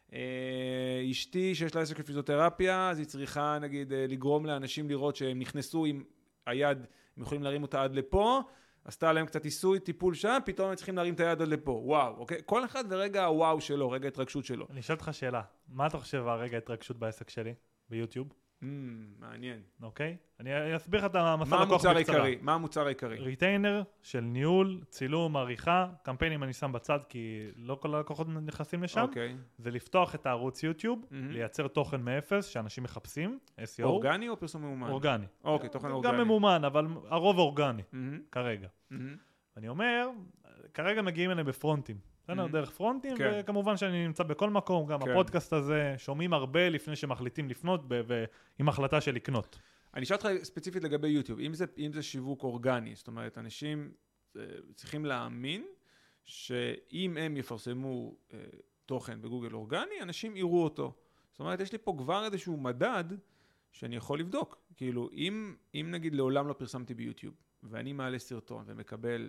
אשתי שיש לה עסק לפיזיותרפיה, אז היא צריכה נגיד לגרום לאנשים לראות שהם נכנסו עם היד, הם יכולים להרים אותה עד לפה, עשתה להם קצת עיסוי, טיפול שם, פתאום הם צריכים להרים את היד עד לפה. וואו, אוקיי? כל אחד ורגע הוואו שלו, רגע ההתרגשות שלו. אני אשאל אותך שאלה, מה אתה חושב הרגע ההתרגשות בעסק שלי ביוטיוב? מעניין. אוקיי? אני אסביר לך את המסע לקוח בקצרה. מה המוצר העיקרי? ריטיינר של ניהול, צילום, עריכה, קמפיינים אני שם בצד כי לא כל הלקוחות נכנסים לשם. אוקיי. זה לפתוח את הערוץ יוטיוב, לייצר תוכן מאפס שאנשים מחפשים, SEO. אורגני או פרסום ממומן? אורגני. אוקיי, תוכן אורגני. גם ממומן, אבל הרוב אורגני, כרגע. אני אומר, כרגע מגיעים אליהם בפרונטים. דרך פרונטים, וכמובן שאני נמצא בכל מקום, גם הפודקאסט הזה, שומעים הרבה לפני שמחליטים לפנות, עם החלטה של לקנות. אני אשאל אותך ספציפית לגבי יוטיוב, אם זה שיווק אורגני, זאת אומרת, אנשים צריכים להאמין, שאם הם יפרסמו תוכן בגוגל אורגני, אנשים יראו אותו. זאת אומרת, יש לי פה כבר איזשהו מדד, שאני יכול לבדוק. כאילו, אם נגיד לעולם לא פרסמתי ביוטיוב, ואני מעלה סרטון ומקבל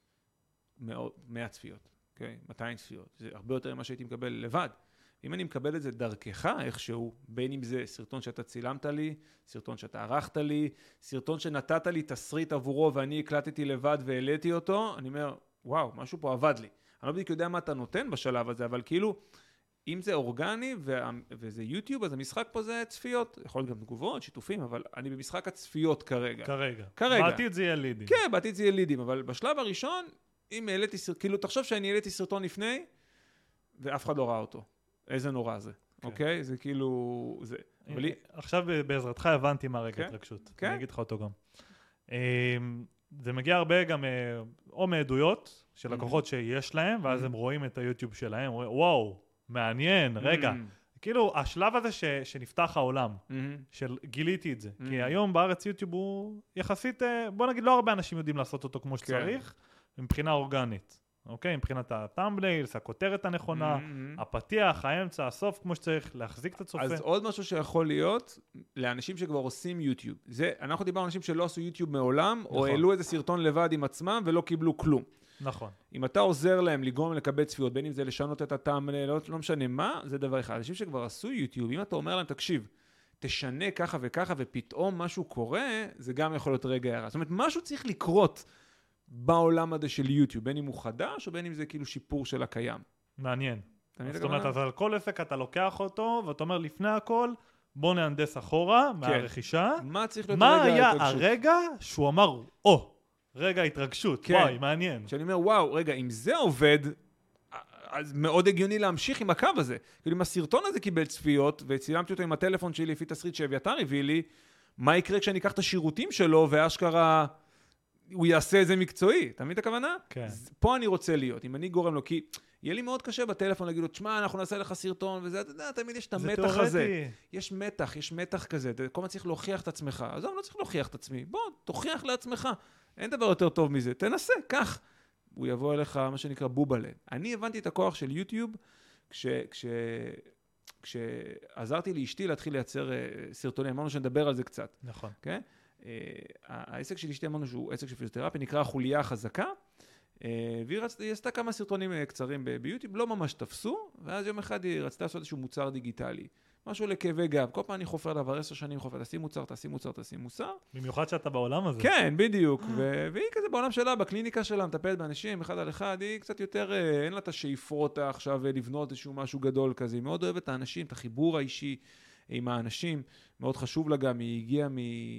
100 צפיות, אוקיי? 200 צפיות. זה הרבה יותר ממה שהייתי מקבל לבד. אם אני מקבל את זה דרכך איכשהו, בין אם זה סרטון שאתה צילמת לי, סרטון שאתה ערכת לי, סרטון שנתת לי תסריט עבורו ואני הקלטתי לבד והעליתי אותו, אני אומר, וואו, משהו פה עבד לי. אני לא בדיוק יודע מה אתה נותן בשלב הזה, אבל כאילו, אם זה אורגני וזה יוטיוב, אז המשחק פה זה צפיות, יכול להיות גם תגובות, שיתופים, אבל אני במשחק הצפיות כרגע. כרגע. בעתיד זה יהיה לידים. כן, בעתיד זה יהיה לידים, אבל בשלב הראשון, אם העליתי, כאילו, תחשוב שאני העליתי סרטון לפני, ואף אחד לא ראה אותו. איזה נורא זה, אוקיי? זה כאילו... עכשיו בעזרתך הבנתי מה רגע התרגשות. אני אגיד לך אותו גם. זה מגיע הרבה גם או מעדויות של לקוחות שיש להם, ואז הם רואים את היוטיוב שלהם, אומרים, וואו, מעניין, רגע. כאילו, השלב הזה שנפתח העולם, של גיליתי את זה. כי היום בארץ יוטיוב הוא יחסית, בוא נגיד, לא הרבה אנשים יודעים לעשות אותו כמו שצריך, מבחינה אורגנית. אוקיי? מבחינת הטאמבליילס, הכותרת הנכונה, הפתיח, האמצע, הסוף, כמו שצריך להחזיק את הצופה. אז עוד משהו שיכול להיות, לאנשים שכבר עושים יוטיוב. אנחנו דיברנו על אנשים שלא עשו יוטיוב מעולם, או העלו איזה סרטון לבד עם עצמם, ולא קיבלו כלום. נכון. אם אתה עוזר להם לגרום לקבל צפיות, בין אם זה לשנות את הטאמבלייל, לא משנה מה, זה דבר אחד. אנשים שכבר עשו יוטיוב, אם אתה אומר להם, תקשיב, תשנה ככה וככה, ופתאום משהו קורה, זה גם יכול להיות רגע הערה. זאת אומרת, משהו צריך לקרות בעולם הזה של יוטיוב, בין אם הוא חדש, או בין אם זה כאילו שיפור של הקיים. מעניין. זאת אומרת, אז על כל עסק אתה לוקח אותו, ואתה אומר, לפני הכל, בוא נהנדס אחורה, מהרכישה. מה צריך להיות רגע ההתרגשות? מה היה הרגע שהוא אמר, רגע התרגשות, וואי, מעניין. כשאני אומר, וואו, רגע, אם זה עובד, אז מאוד הגיוני להמשיך עם הקו הזה. כאילו, אם הסרטון הזה קיבל צפיות, וצילמתי אותו עם הטלפון שלי, לפי תסריט שאביתר הביא לי, מה יקרה כשאני אקח את השירותים שלו, ואשכרה הוא יעשה את זה מקצועי? אתה מבין את הכוונה? כן. פה אני רוצה להיות, אם אני גורם לו, כי יהיה לי מאוד קשה בטלפון להגיד לו, תשמע, אנחנו נעשה לך סרטון, וזה, אתה יודע, תמיד יש את המתח הזה. יש מתח כזה, כל מה צריך להוכיח את עצמך. אז אני לא צריך להוכיח את עצמי. בוא, תוכיח לעצמך. אין דבר יותר טוב מזה. תנסה, כך. הוא יבוא אליך, מה שנקרא בובלה. אני הבנתי את הכוח של יוטיוב, כשעזרתי לאשתי להתחיל לייצר סרטונים. אמרנו שנדבר על זה קצת. נכון. כן? העסק של אשתי אמרנו שהוא עסק של פיזיותרפיה, נקרא החוליה החזקה, והיא עשתה כמה סרטונים קצרים ביוטיוב, לא ממש תפסו, ואז יום אחד היא רצתה לעשות איזשהו מוצר דיגיטלי. משהו לכאבי גב. כל פעם אני חופר עליו 10 שנים, תשים מוצר. במיוחד שאתה בעולם הזה. כן, בדיוק. והיא כזה בעולם שלה, בקליניקה שלה, מטפלת באנשים, אחד על אחד, היא קצת יותר, אין לה את השאיפות עכשיו לבנות איזשהו משהו גדול כזה. היא מאוד אוהבת את האנשים, את החיבור האישי עם האנשים. מאוד חשוב לה גם, היא הגיעה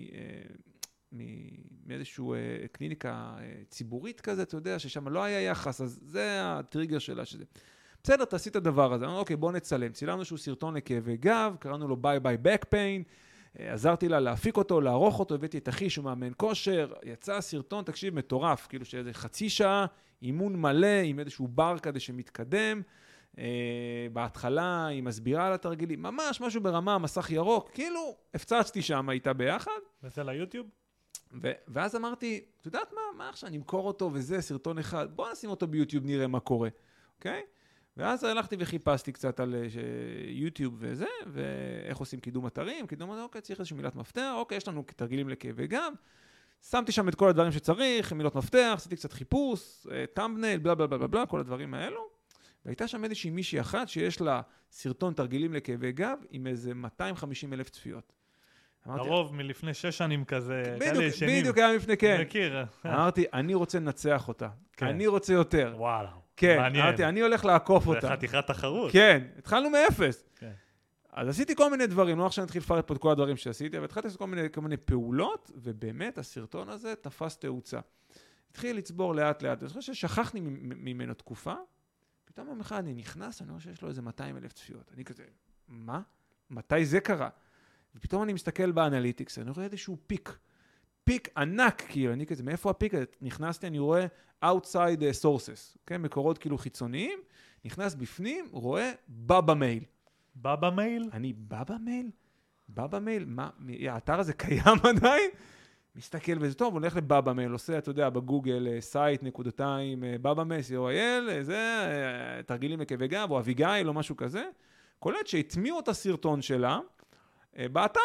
מאיזשהו קליניקה ציבורית כזה, אתה יודע, ששם לא היה יחס, אז זה הטריגר שלה שזה. בסדר, תעשי את הדבר הזה. אמרנו, אוקיי, בוא נצלם. צילמנו שהוא סרטון לכאבי גב, קראנו לו ביי ביי back pain, עזרתי לה להפיק אותו, לערוך אותו, הבאתי את אחי שהוא מאמן כושר, יצא סרטון, תקשיב, מטורף, כאילו שזה חצי שעה, אימון מלא, עם איזשהו בר כזה שמתקדם, בהתחלה היא מסבירה על התרגילים, ממש משהו ברמה, מסך ירוק, כאילו, הפצצתי שם איתה ביחד. וזה ליוטיוב? ואז אמרתי, אתה יודעת מה עכשיו, נמכור אותו וזה, סרטון אחד, בוא נשים אותו ביוטיוב, נראה מה קורה, אוקיי? ואז הלכתי וחיפשתי קצת על יוטיוב וזה, ואיך עושים קידום אתרים, אוקיי, צריך איזושהי מילת מפתח, אוקיי, יש לנו תרגילים לכאבי גב, שמתי שם את כל הדברים שצריך, מילות מפתח, עשיתי קצת חיפוש, טאמבנייל, בלה בלה בלה בלה, כל הדברים האלו, והייתה שם איזושהי מישהי אחת שיש לה סרטון תרגילים לכאבי גב, עם איזה 250,000 צפיות. לרוב מלפני 6 שנים כזה, כאלה ישנים. בדיוק היה לפני, כן. מכיר. אמרתי, אני רוצה לנצח אותה. אני רוצה יותר. וואלה. כן, אמרתי, אני הולך לעקוף אותה. זה חתיכת תחרות. כן, התחלנו מאפס. כן. אז עשיתי כל מיני דברים, לא עכשיו נתחיל לפרט פה את כל הדברים שעשיתי, אבל התחלתי לעשות כל מיני פעולות, ובאמת הסרטון הזה תפס תאוצה. התחיל לצבור לאט לאט, אני חושב ששכחתי ממנו תקופה, פתאום יום אחד אני נכנס, אני רואה שיש לו איזה 200,000 צפיות. אני כזה, מה? מתי זה קרה? ופתאום אני מסתכל באנליטיקס, אני רואה איזשהו פיק ענק, כאילו, אני כזה, מאיפה הפיק הזה? נכנסתי, אני רואה outside sources, כן? מקורות כאילו חיצוניים, נכנס בפנים, רואה בבא מייל. בבא מייל? אני בבא מייל? מה? האתר הזה קיים עדיין? מסתכל וזה טוב, הולך לבבא מייל, עושה, אתה יודע, בגוגל, site, נקודתיים, בבא מייל, co.il, זה, תרגילים לכאבי גב, או אביגיל, או משהו כזה. קולט שהטמיעו את הסרטון שלה, באתר.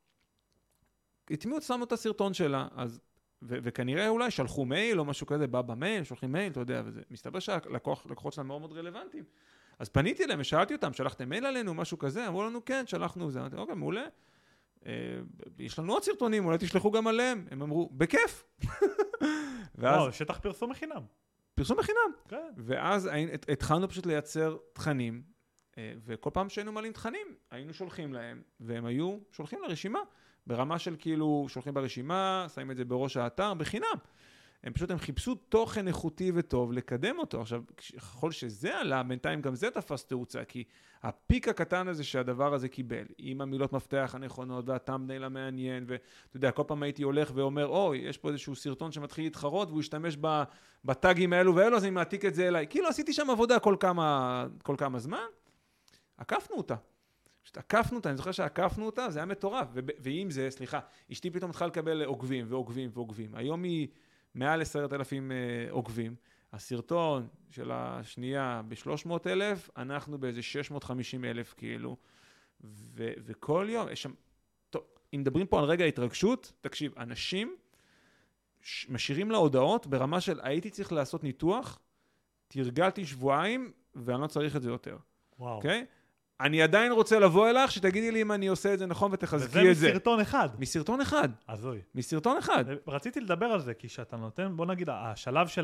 שמו את הסרטון שלה, אז, וכנראה אולי שלחו מייל או משהו כזה, בא במייל, שולחים מייל, אתה יודע, וזה מסתבר שהלקוחות שלהם מאוד מאוד רלוונטיים. אז פניתי אליהם ושאלתי אותם, שלחתם מייל עלינו, משהו כזה, אמרו לנו, כן, שלחנו זה. אמרתי, אוקיי, מעולה. יש לנו עוד סרטונים, אולי תשלחו גם עליהם. הם אמרו, בכיף. וואו, שטח פרסום מחינם. פרסום מחינם. כן. ואז התחלנו פשוט לייצר תכנים, וכל פעם שהיינו מעלים תכנים, היינו שולחים להם, והם היו שולחים לרשימה, ברמה של כאילו, שולחים ברשימה, שמים את זה בראש האתר, בחינם. הם חיפשו תוכן איכותי וטוב, לקדם אותו. עכשיו, ככל שזה עלה, בינתיים גם זה תפס תאוצה, כי הפיק הקטן הזה שהדבר הזה קיבל, עם המילות מפתח הנכונות, והטאמבנייל המעניין, ואתה יודע, כל פעם הייתי הולך ואומר, אוי, יש פה איזשהו סרטון שמתחיל להתחרות, והוא ישתמש בטאגים האלו ואלו, אז אני מעתיק את זה אליי. כאילו עשיתי שם עבודה כל כמה זמן, עקפנו אותה. עקפנו אותה, אני זוכר שעקפנו אותה, זה היה מטורף. ועם זה, סליחה, אשתי פתאום התחילה לקבל עוקבים ועוקבים ועוקבים. היום היא מעל 10,000 עוקבים. הסרטון של השנייה ב-300,000, אנחנו באיזה 650,000 כאילו. וכל יום, יש שם, טוב, אם מדברים פה על רגע התרגשות, תקשיב, אנשים משאירים לה הודעות ברמה של הייתי צריך לעשות ניתוח, תרגלתי שבועיים, ואני לא צריך את זה יותר. וואו. אוקיי? אני עדיין רוצה לבוא אלך, שתגידי לי אם אני עושה את זה נכון ותחזקי את זה. וזה מסרטון אחד. מסרטון אחד. הזוי. מסרטון אחד. רציתי לדבר על זה, כי שאתה נותן, בוא נגיד, השלב של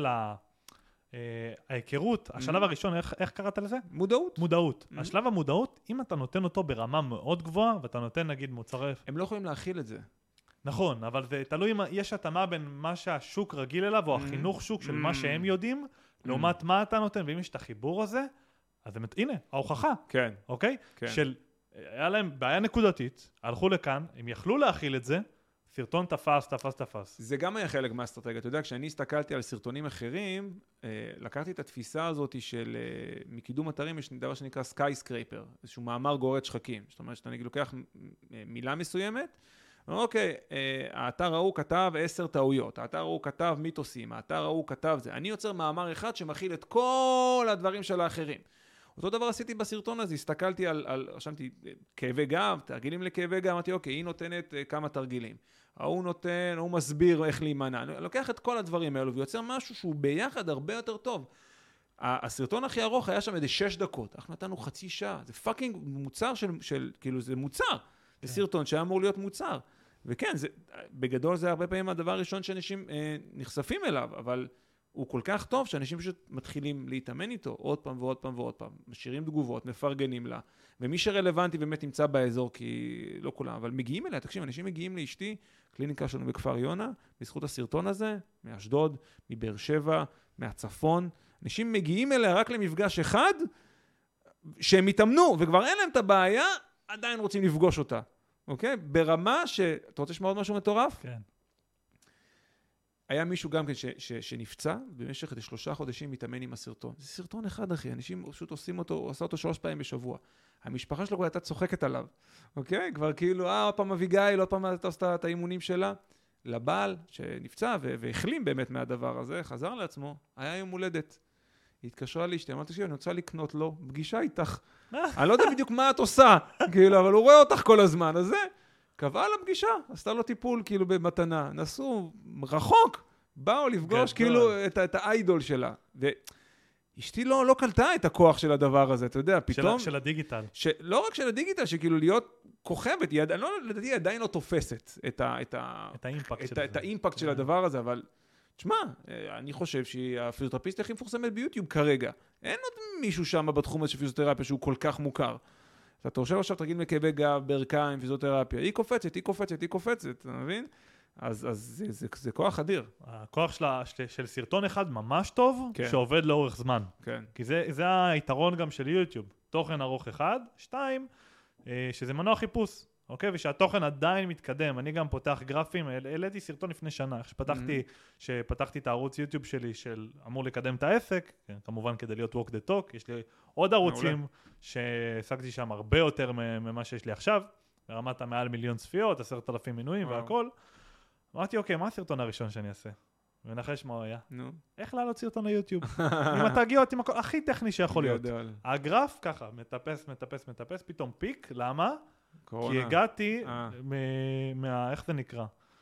ההיכרות, השלב הראשון, איך קראת לזה? מודעות. מודעות. השלב המודעות, אם אתה נותן אותו ברמה מאוד גבוהה, ואתה נותן נגיד מוצרי... הם לא יכולים להכיל את זה. נכון, אבל זה תלוי אם יש התאמה בין מה שהשוק רגיל אליו, או החינוך שוק של מה שהם יודעים, לעומת מה אתה נותן, ואם יש את החיבור הזה, אז הנה, ההוכחה. כן. אוקיי? כן. היה להם בעיה נקודתית, הלכו לכאן, הם יכלו להכיל את זה, סרטון תפס. זה גם היה חלק מהאסטרטגיה. אתה יודע, כשאני הסתכלתי על סרטונים אחרים, לקחתי את התפיסה הזאת של מקידום אתרים, יש דבר שנקרא סקייסקרייפר, איזשהו מאמר גורד שחקים. זאת אומרת, שאתה נגיד לוקח מילה מסוימת, אוקיי, האתר ההוא כתב 10 טעויות, האתר ההוא כתב מיתוסים, האתר ההוא כתב זה. אני יוצר מאמר אחד שמכיל את כל הדברים של האחרים. אותו דבר עשיתי בסרטון הזה, הסתכלתי רשמתי כאבי גב, תרגילים לכאבי גב, אמרתי, אוקיי, היא נותנת כמה תרגילים. הוא מסביר איך להימנע. אני לוקח את כל הדברים האלו ויוצר משהו שהוא ביחד הרבה יותר טוב. הסרטון הכי ארוך היה שם איזה 6 דקות. אנחנו נתנו חצי שעה. זה פאקינג מוצר כאילו זה מוצר. זה סרטון שהיה אמור להיות מוצר. וכן, בגדול זה הרבה פעמים הדבר הראשון שאנשים נחשפים אליו, אבל הוא כל כך טוב שאנשים פשוט מתחילים להתאמן איתו עוד פעם ועוד פעם ועוד פעם, משאירים תגובות, מפרגנים לה, ומי שרלוונטי באמת נמצא באזור, כי לא כולם, אבל מגיעים אליה, תקשיב, אנשים מגיעים לאשתי, קליניקה שלנו בכפר יונה, בזכות הסרטון הזה, מאשדוד, מבאר שבע, מהצפון, אנשים מגיעים אליה רק למפגש אחד, שהם מתאמנו, וכבר אין להם את הבעיה, עדיין רוצים לפגוש אותה, אוקיי? ברמה אתה רוצה לשמוע עוד משהו מטורף? כן. היה מישהו גם כן שנפצע, במשך 3 חודשים מתאמן עם הסרטון. זה סרטון אחד, אחי, אנשים פשוט עושים אותו, הוא עשה אותו 3 פעמים בשבוע. המשפחה שלו כבר הייתה צוחקת עליו, אוקיי? כבר כאילו, עוד פעם אביגיל, עוד פעם אתה עושה את האימונים שלה. לבעל שנפצע והחלים באמת מהדבר הזה, חזר לעצמו, היה יום הולדת. היא התקשרה לאשתי, אמרתי שאני רוצה לקנות לו פגישה איתך. אני לא יודע בדיוק מה את עושה, כאילו, אבל הוא רואה אותך כל הזמן, אז זה... קבעה לה פגישה, עשתה לו טיפול כאילו במתנה, נסעו רחוק, באו לפגוש כאילו את האיידול שלה. ואשתי לא קלטה את הכוח של הדבר הזה, אתה יודע, פתאום... של הדיגיטל. לא רק של הדיגיטל, שכאילו להיות כוכבת, לדעתי עדיין לא תופסת את האימפקט של הדבר הזה, אבל תשמע, אני חושב שהיא הפיזיותרפיסטית הכי מפורסמת ביוטיוב כרגע. אין עוד מישהו שם בתחום הזה של פיזיותרפיה שהוא כל כך מוכר. אתה חושב עכשיו, תרגיל מכאבי גב, ברכיים, פיזיותרפיה, היא קופצת, אתה מבין? אז זה כוח אדיר. הכוח של סרטון אחד ממש טוב, שעובד לאורך זמן. כן. כי זה היתרון גם של יוטיוב. תוכן ארוך 1, 2, שזה מנוע חיפוש. אוקיי? ושהתוכן עדיין מתקדם. אני גם פותח גרפים, העליתי סרטון לפני שנה, שפתחתי את הערוץ יוטיוב שלי, אמור לקדם את העסק, כמובן כדי להיות walk the talk, יש לי עוד ערוצים שהשגתי שם הרבה יותר ממה שיש לי עכשיו, ברמת מעל 1,000,000 צפיות, 10,000 מנויים והכל. אמרתי, אוקיי, מה הסרטון הראשון שאני אעשה? ונחש מה הוא היה. איך לעלות סרטון ליוטיוב? עם התגיות, עם הכל, הכי טכני שיכול להיות. הגרף ככה, מטפס, פתאום פיק, למה? כי הגעתי איך זה נקרא?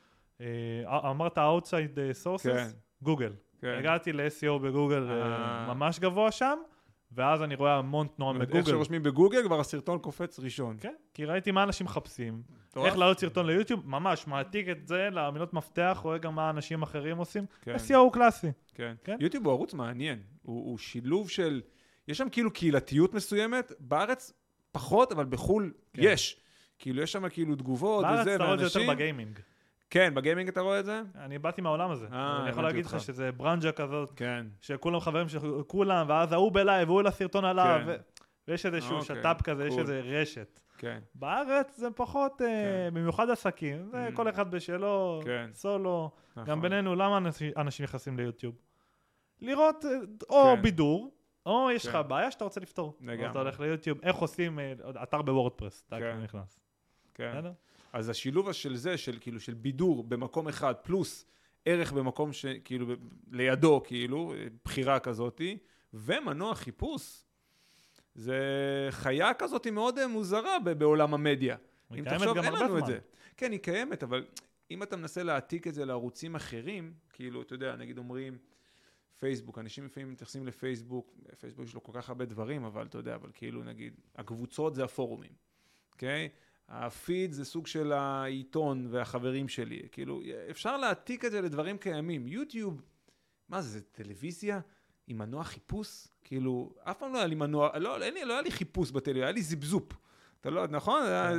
אמרת outside sources? גוגל. הגעתי ל-SEO בגוגל ממש גבוה שם, ואז אני רואה המון תנועה בגוגל. איך שרושמים בגוגל, כבר הסרטון קופץ ראשון. כן, כי ראיתי מה אנשים מחפשים. איך לעלות סרטון ליוטיוב, ממש מעתיק את זה למילות מפתח, רואה גם מה אנשים אחרים עושים. SEO הוא קלאסי. יוטיוב הוא ערוץ מעניין. הוא שילוב של... יש שם כאילו קהילתיות מסוימת, בארץ פחות, אבל בחול יש. כאילו יש שם כאילו תגובות וזה, בארץ אתה רואה את זה יותר בגיימינג. כן, בגיימינג אתה רואה את זה? אני באתי מהעולם הזה. אני יכול להגיד לך שזה ברנג'ה כזאת, כן. שכולם חברים של כולם, ואז ההוא בלייב, והוא לסרטון עליו, ויש איזשהו שטאפ כזה, יש איזה רשת. כן. בארץ זה פחות, במיוחד עסקים, זה כל אחד בשלו, סולו. גם בינינו, למה אנשים נכנסים ליוטיוב? לראות או בידור, או יש לך בעיה שאתה רוצה לפתור. אז אתה הולך ליוטיוב, איך עושים אתר בוורדפרס, אתה נכנס. כן. אז השילוב של זה, של כאילו, של בידור במקום אחד, פלוס ערך במקום שכאילו, לידו, כאילו, בחירה כזאת, ומנוע חיפוש, זה חיה כזאת מאוד מוזרה בעולם המדיה. היא קיימת גם הרבה זמן. כן, היא קיימת, אבל אם אתה מנסה להעתיק את זה לערוצים אחרים, כאילו, אתה יודע, נגיד אומרים, פייסבוק, אנשים לפעמים מתייחסים לפייסבוק, פייסבוק יש לו כל כך הרבה דברים, אבל אתה יודע, אבל כאילו, נגיד, הקבוצות זה הפורומים, אוקיי? הפיד זה סוג של העיתון והחברים שלי, כאילו, אפשר להעתיק את זה לדברים קיימים. יוטיוב, מה זה, טלוויזיה עם מנוע חיפוש? כאילו, אף פעם לא היה לי מנוע, לא היה לי חיפוש בטלוויזיה, היה לי זיבזופ. אתה לא, נכון?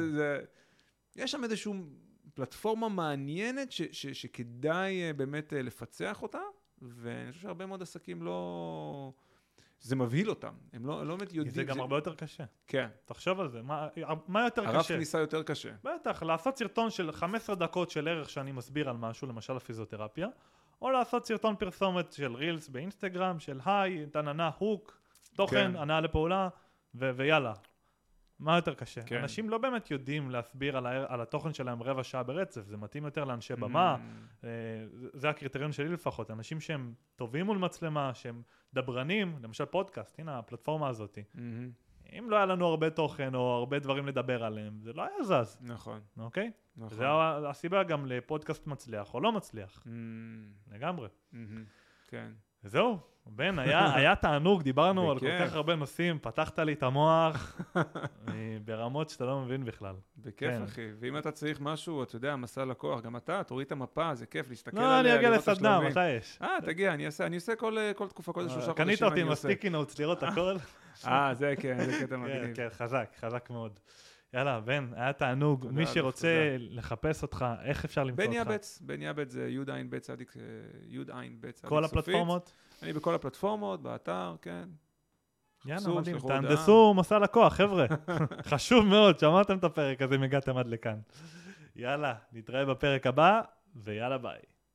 יש שם איזושהי פלטפורמה מעניינת שכדאי באמת לפצח אותה, ואני חושב שהרבה מאוד עסקים לא... זה מבהיל אותם, הם לא יודעים... זה גם הרבה יותר קשה. כן. תחשוב על זה, מה יותר קשה? הרב כניסה יותר קשה. בטח, לעשות סרטון של 15 דקות של ערך שאני מסביר על משהו, למשל הפיזיותרפיה, או לעשות סרטון פרסומת של רילס באינסטגרם, של היי, תננה, הוק, תוכן, הנעה לפעולה, ויאללה. מה יותר קשה? אנשים לא באמת יודעים להסביר על התוכן שלהם רבע שעה ברצף, זה מתאים יותר לאנשי במה, זה הקריטריון שלי לפחות, אנשים שהם טובים מול מצלמה, שהם דברנים, למשל פודקאסט, הנה הפלטפורמה הזאת. אם לא היה לנו הרבה תוכן או הרבה דברים לדבר עליהם, זה לא היה זז. נכון. אוקיי? זה הסיבה גם לפודקאסט מצליח או לא מצליח. לגמרי. כן. וזהו, בן, היה תענוג, דיברנו על כל כך הרבה נושאים, פתחת לי את המוח ברמות שאתה לא מבין בכלל. בכיף, אחי. ואם אתה צריך משהו, אתה יודע, מסע לקוח, גם אתה, תוריד את המפה, זה כיף להסתכל עליה. לא, אני אגיע לסדנה, מתי יש? תגיע, אני עושה כל תקופה, כל 3 חודשים. קנית אותי עם הסטיקי נוטס לראות הכל. זה כן, זה קטע מגניב. כן, חזק מאוד. יאללה, בן, היה תענוג. מי שרוצה לחפש אותך, איך אפשר למצוא אותך? בן יעבץ זה י' צדיק סופית. כל הפלטפורמות? אני בכל הפלטפורמות, באתר, כן. יאללה, מדהים. תהנדסו מסע לקוח, חבר'ה. חשוב מאוד, שמעתם את הפרק הזה אם הגעתם עד לכאן. יאללה, נתראה בפרק הבא, ויאללה ביי.